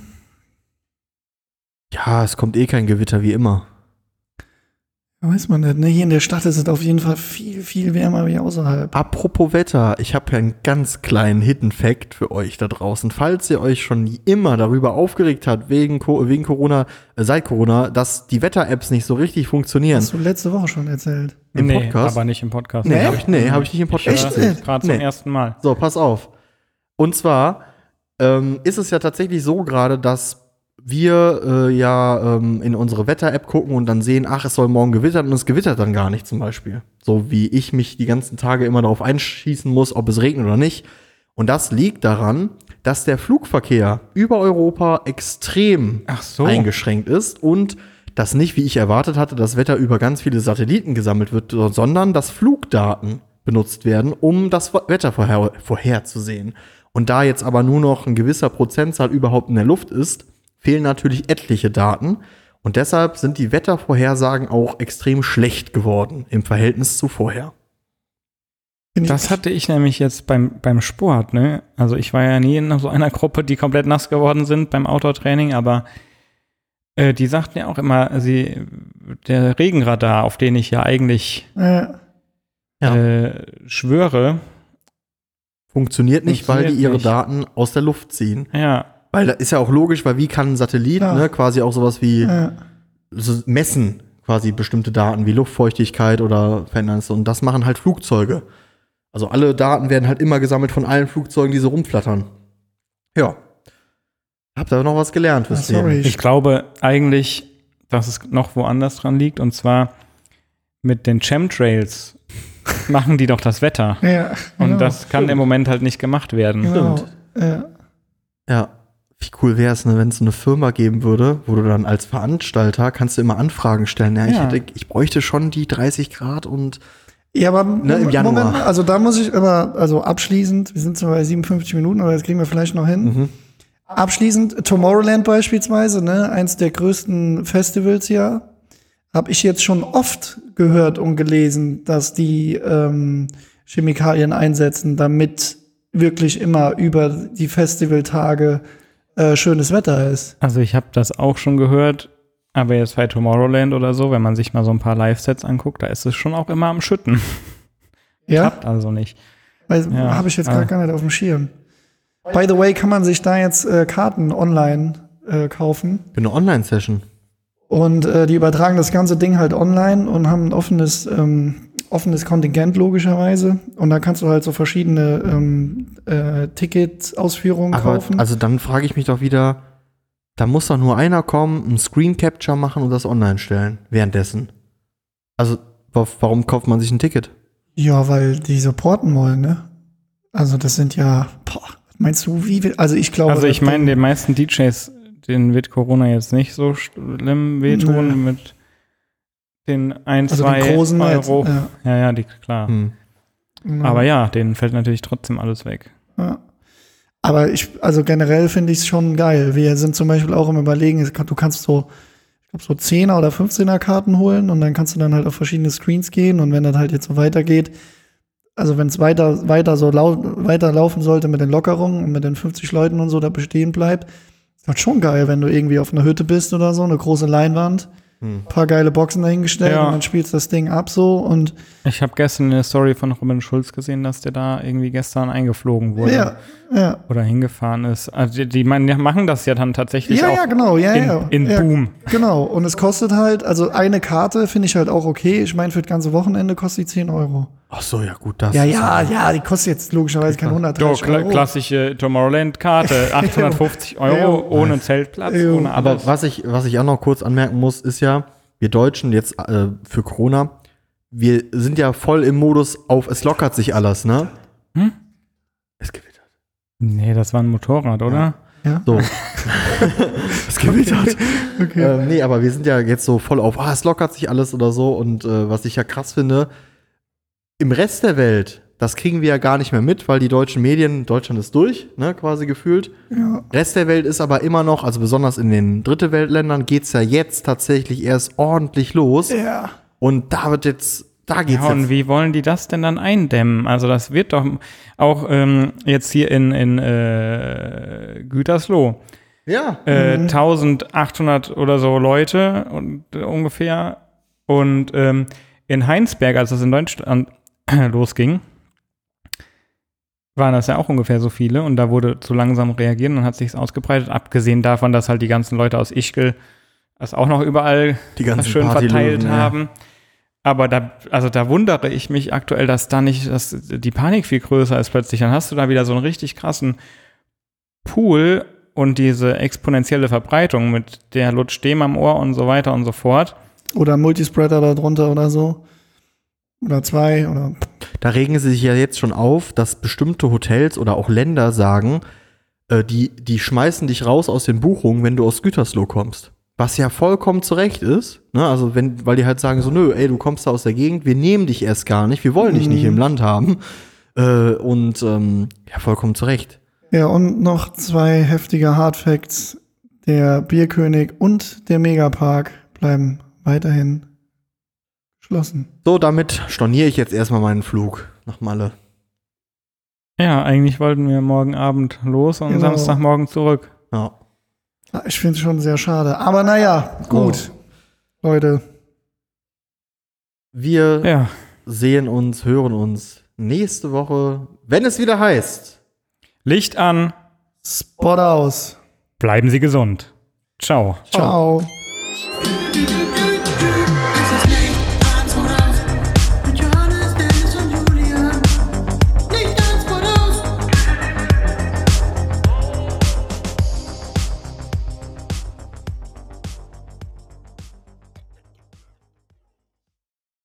Ja, es kommt eh kein Gewitter wie immer. Weiß man nicht, ne? Hier in der Stadt ist es auf jeden Fall viel, viel wärmer wie außerhalb. Apropos Wetter, ich habe ja einen ganz kleinen Hidden Fact für euch da draußen. Falls ihr euch schon immer darüber aufgeregt habt, wegen Corona, seit Corona, dass die Wetter-Apps nicht so richtig funktionieren. Hast du letzte Woche schon erzählt. Im Podcast? aber nicht im Podcast. Nee, habe ich nicht im Podcast Echt? erzählt. Gerade zum Nee. ersten Mal. So, pass auf. Und zwar ist es ja tatsächlich so gerade, dass wir in unsere Wetter-App gucken und dann sehen, ach, es soll morgen gewittern und es gewittert dann gar nicht zum Beispiel. So wie ich mich die ganzen Tage immer darauf einschießen muss, ob es regnet oder nicht. Und das liegt daran, dass der Flugverkehr über Europa extrem Ach so. eingeschränkt ist und dass nicht, wie ich erwartet hatte, das Wetter über ganz viele Satelliten gesammelt wird, sondern dass Flugdaten benutzt werden, um das Wetter vorherzusehen. Und da jetzt aber nur noch ein gewisser Prozentzahl überhaupt in der Luft ist, fehlen natürlich etliche Daten. Und deshalb sind die Wettervorhersagen auch extrem schlecht geworden im Verhältnis zu vorher. Das hatte ich nämlich jetzt beim Sport, ne? Also ich war ja nie in so einer Gruppe, die komplett nass geworden sind beim Outdoor-Training, aber die sagten ja auch immer, der Regenradar, auf den ich ja eigentlich schwöre. Funktioniert nicht, weil die ihre nicht. Daten aus der Luft ziehen. Ja. Weil das ist ja auch logisch, weil wie kann ein Satellit quasi auch sowas wie so messen, quasi bestimmte Daten wie Luftfeuchtigkeit oder Verhältnisse. Und das machen halt Flugzeuge. Also alle Daten werden halt immer gesammelt von allen Flugzeugen, die so rumflattern. Ja. Habt ihr noch was gelernt fürs Leben? Ich glaube eigentlich, dass es noch woanders dran liegt. Und zwar mit den Chemtrails machen die doch das Wetter. Ja, genau. Und das kann im Moment halt nicht gemacht werden. Genau. Stimmt. Ja. Wie cool wäre es, ne, wenn es eine Firma geben würde, wo du dann als Veranstalter kannst du immer Anfragen stellen. Ja, ich bräuchte schon die 30 Grad und ja, aber im Januar. Moment, also da muss ich aber, also abschließend, wir sind zwar bei 57 Minuten, aber das kriegen wir vielleicht noch hin. Mhm. Abschließend, Tomorrowland beispielsweise, ne, eins der größten Festivals ja, habe ich jetzt schon oft gehört und gelesen, dass die Chemikalien einsetzen, damit wirklich immer über die Festivaltage schönes Wetter ist. Also ich habe das auch schon gehört, aber jetzt bei Tomorrowland oder so, wenn man sich mal so ein paar Live-Sets anguckt, da ist es schon auch immer am Schütten. Ja? Klappt also nicht. Habe ich jetzt gerade gar nicht auf dem Schirm. By the way, kann man sich da jetzt Karten online kaufen. für eine Online-Session. Und die übertragen das ganze Ding halt online und haben ein offenes Kontingent logischerweise. Und da kannst du halt so verschiedene Ticket-Ausführungen kaufen. Also dann frage ich mich doch wieder, da muss doch nur einer kommen, einen Screen Capture machen und das online stellen währenddessen. Also warum kauft man sich ein Ticket? Ja, weil die supporten wollen, ne? Also das sind ja, meinst du, also ich glaube. Also ich meine, den meisten DJs, denen wird Corona jetzt nicht so schlimm wehtun mit den 1, also 2 den großen Euro. Netz, Ja, klar. Genau. Aber ja, denen fällt natürlich trotzdem alles weg. Ja. Aber also generell finde ich es schon geil. Wir sind zum Beispiel auch im Überlegen, du kannst so 10er oder 15er Karten holen und dann kannst du dann halt auf verschiedene Screens gehen und wenn das halt jetzt so weitergeht, also wenn es weiterlaufen sollte mit den Lockerungen und mit den 50 Leuten und so, da bestehen bleibt, ist das schon geil, wenn du irgendwie auf einer Hütte bist oder so, eine große Leinwand paar geile Boxen dahingestellt und dann spielst du das Ding ab so und ich habe gestern eine Story von Robin Schulz gesehen, dass der da irgendwie gestern eingeflogen wurde. Ja. Oder hingefahren ist. Also die machen das ja dann tatsächlich auch genau, in Boom. Genau, und es kostet halt, also eine Karte finde ich halt auch okay. Ich meine, für das ganze Wochenende kostet die 10 Euro. Ach so, ja gut, das Ja, die kostet jetzt logischerweise kein 130 Euro. Klassische Tomorrowland-Karte, 850 Euro ohne Zeltplatz, ohne alles. Aber was ich auch noch kurz anmerken muss, ist ja, wir Deutschen jetzt für Corona, wir sind ja voll im Modus auf, es lockert sich alles, ne? Es gewittert. Nee, das war ein Motorrad, oder? Ja. So. Es gewittert. Okay. Nee, aber wir sind ja jetzt so voll auf, es lockert sich alles oder so. Und was ich ja krass finde, im Rest der Welt, das kriegen wir ja gar nicht mehr mit, weil die deutschen Medien, Deutschland ist durch, ne, quasi gefühlt. Ja. Rest der Welt ist aber immer noch, also besonders in den Dritte Weltländern, geht's ja jetzt tatsächlich erst ordentlich los. Ja. Und da geht's und jetzt. wie wollen die das denn dann eindämmen? Also das wird doch auch jetzt hier in Gütersloh. Ja. 1800 oder so Leute ungefähr. Und in Heinsberg, als das in Deutschland losging, waren das ja auch ungefähr so viele. Und da wurde zu langsam reagiert und hat sich's ausgebreitet. Abgesehen davon, dass halt die ganzen Leute aus Ischgl das auch noch überall Die ganzen schön verteilt Partylöwen, haben. Aber da wundere ich mich aktuell, dass die Panik viel größer ist plötzlich. Dann hast du da wieder so einen richtig krassen Pool und diese exponentielle Verbreitung mit der Lutschdem am Ohr und so weiter und so fort. Oder Multispreader da drunter oder so. Oder 2 oder. Da regen sie sich ja jetzt schon auf, dass bestimmte Hotels oder auch Länder sagen, die schmeißen dich raus aus den Buchungen, wenn du aus Gütersloh kommst. Was ja vollkommen zurecht ist, ne? Also weil die halt sagen so, nö, ey, du kommst da aus der Gegend, wir nehmen dich erst gar nicht, wir wollen dich nicht im Land haben. Ja, vollkommen zurecht. Ja, und noch 2 heftige Hardfacts. Der Bierkönig und der Megapark bleiben weiterhin geschlossen. So, damit storniere ich jetzt erstmal meinen Flug nach Malle. Ja, eigentlich wollten wir morgen Abend los und Genau. Samstagmorgen zurück. Ja. Ich finde es schon sehr schade. Aber naja, gut. Leute. Wir sehen uns, hören uns nächste Woche, wenn es wieder heißt. Licht an. Spot aus. Bleiben Sie gesund. Ciao. Ciao.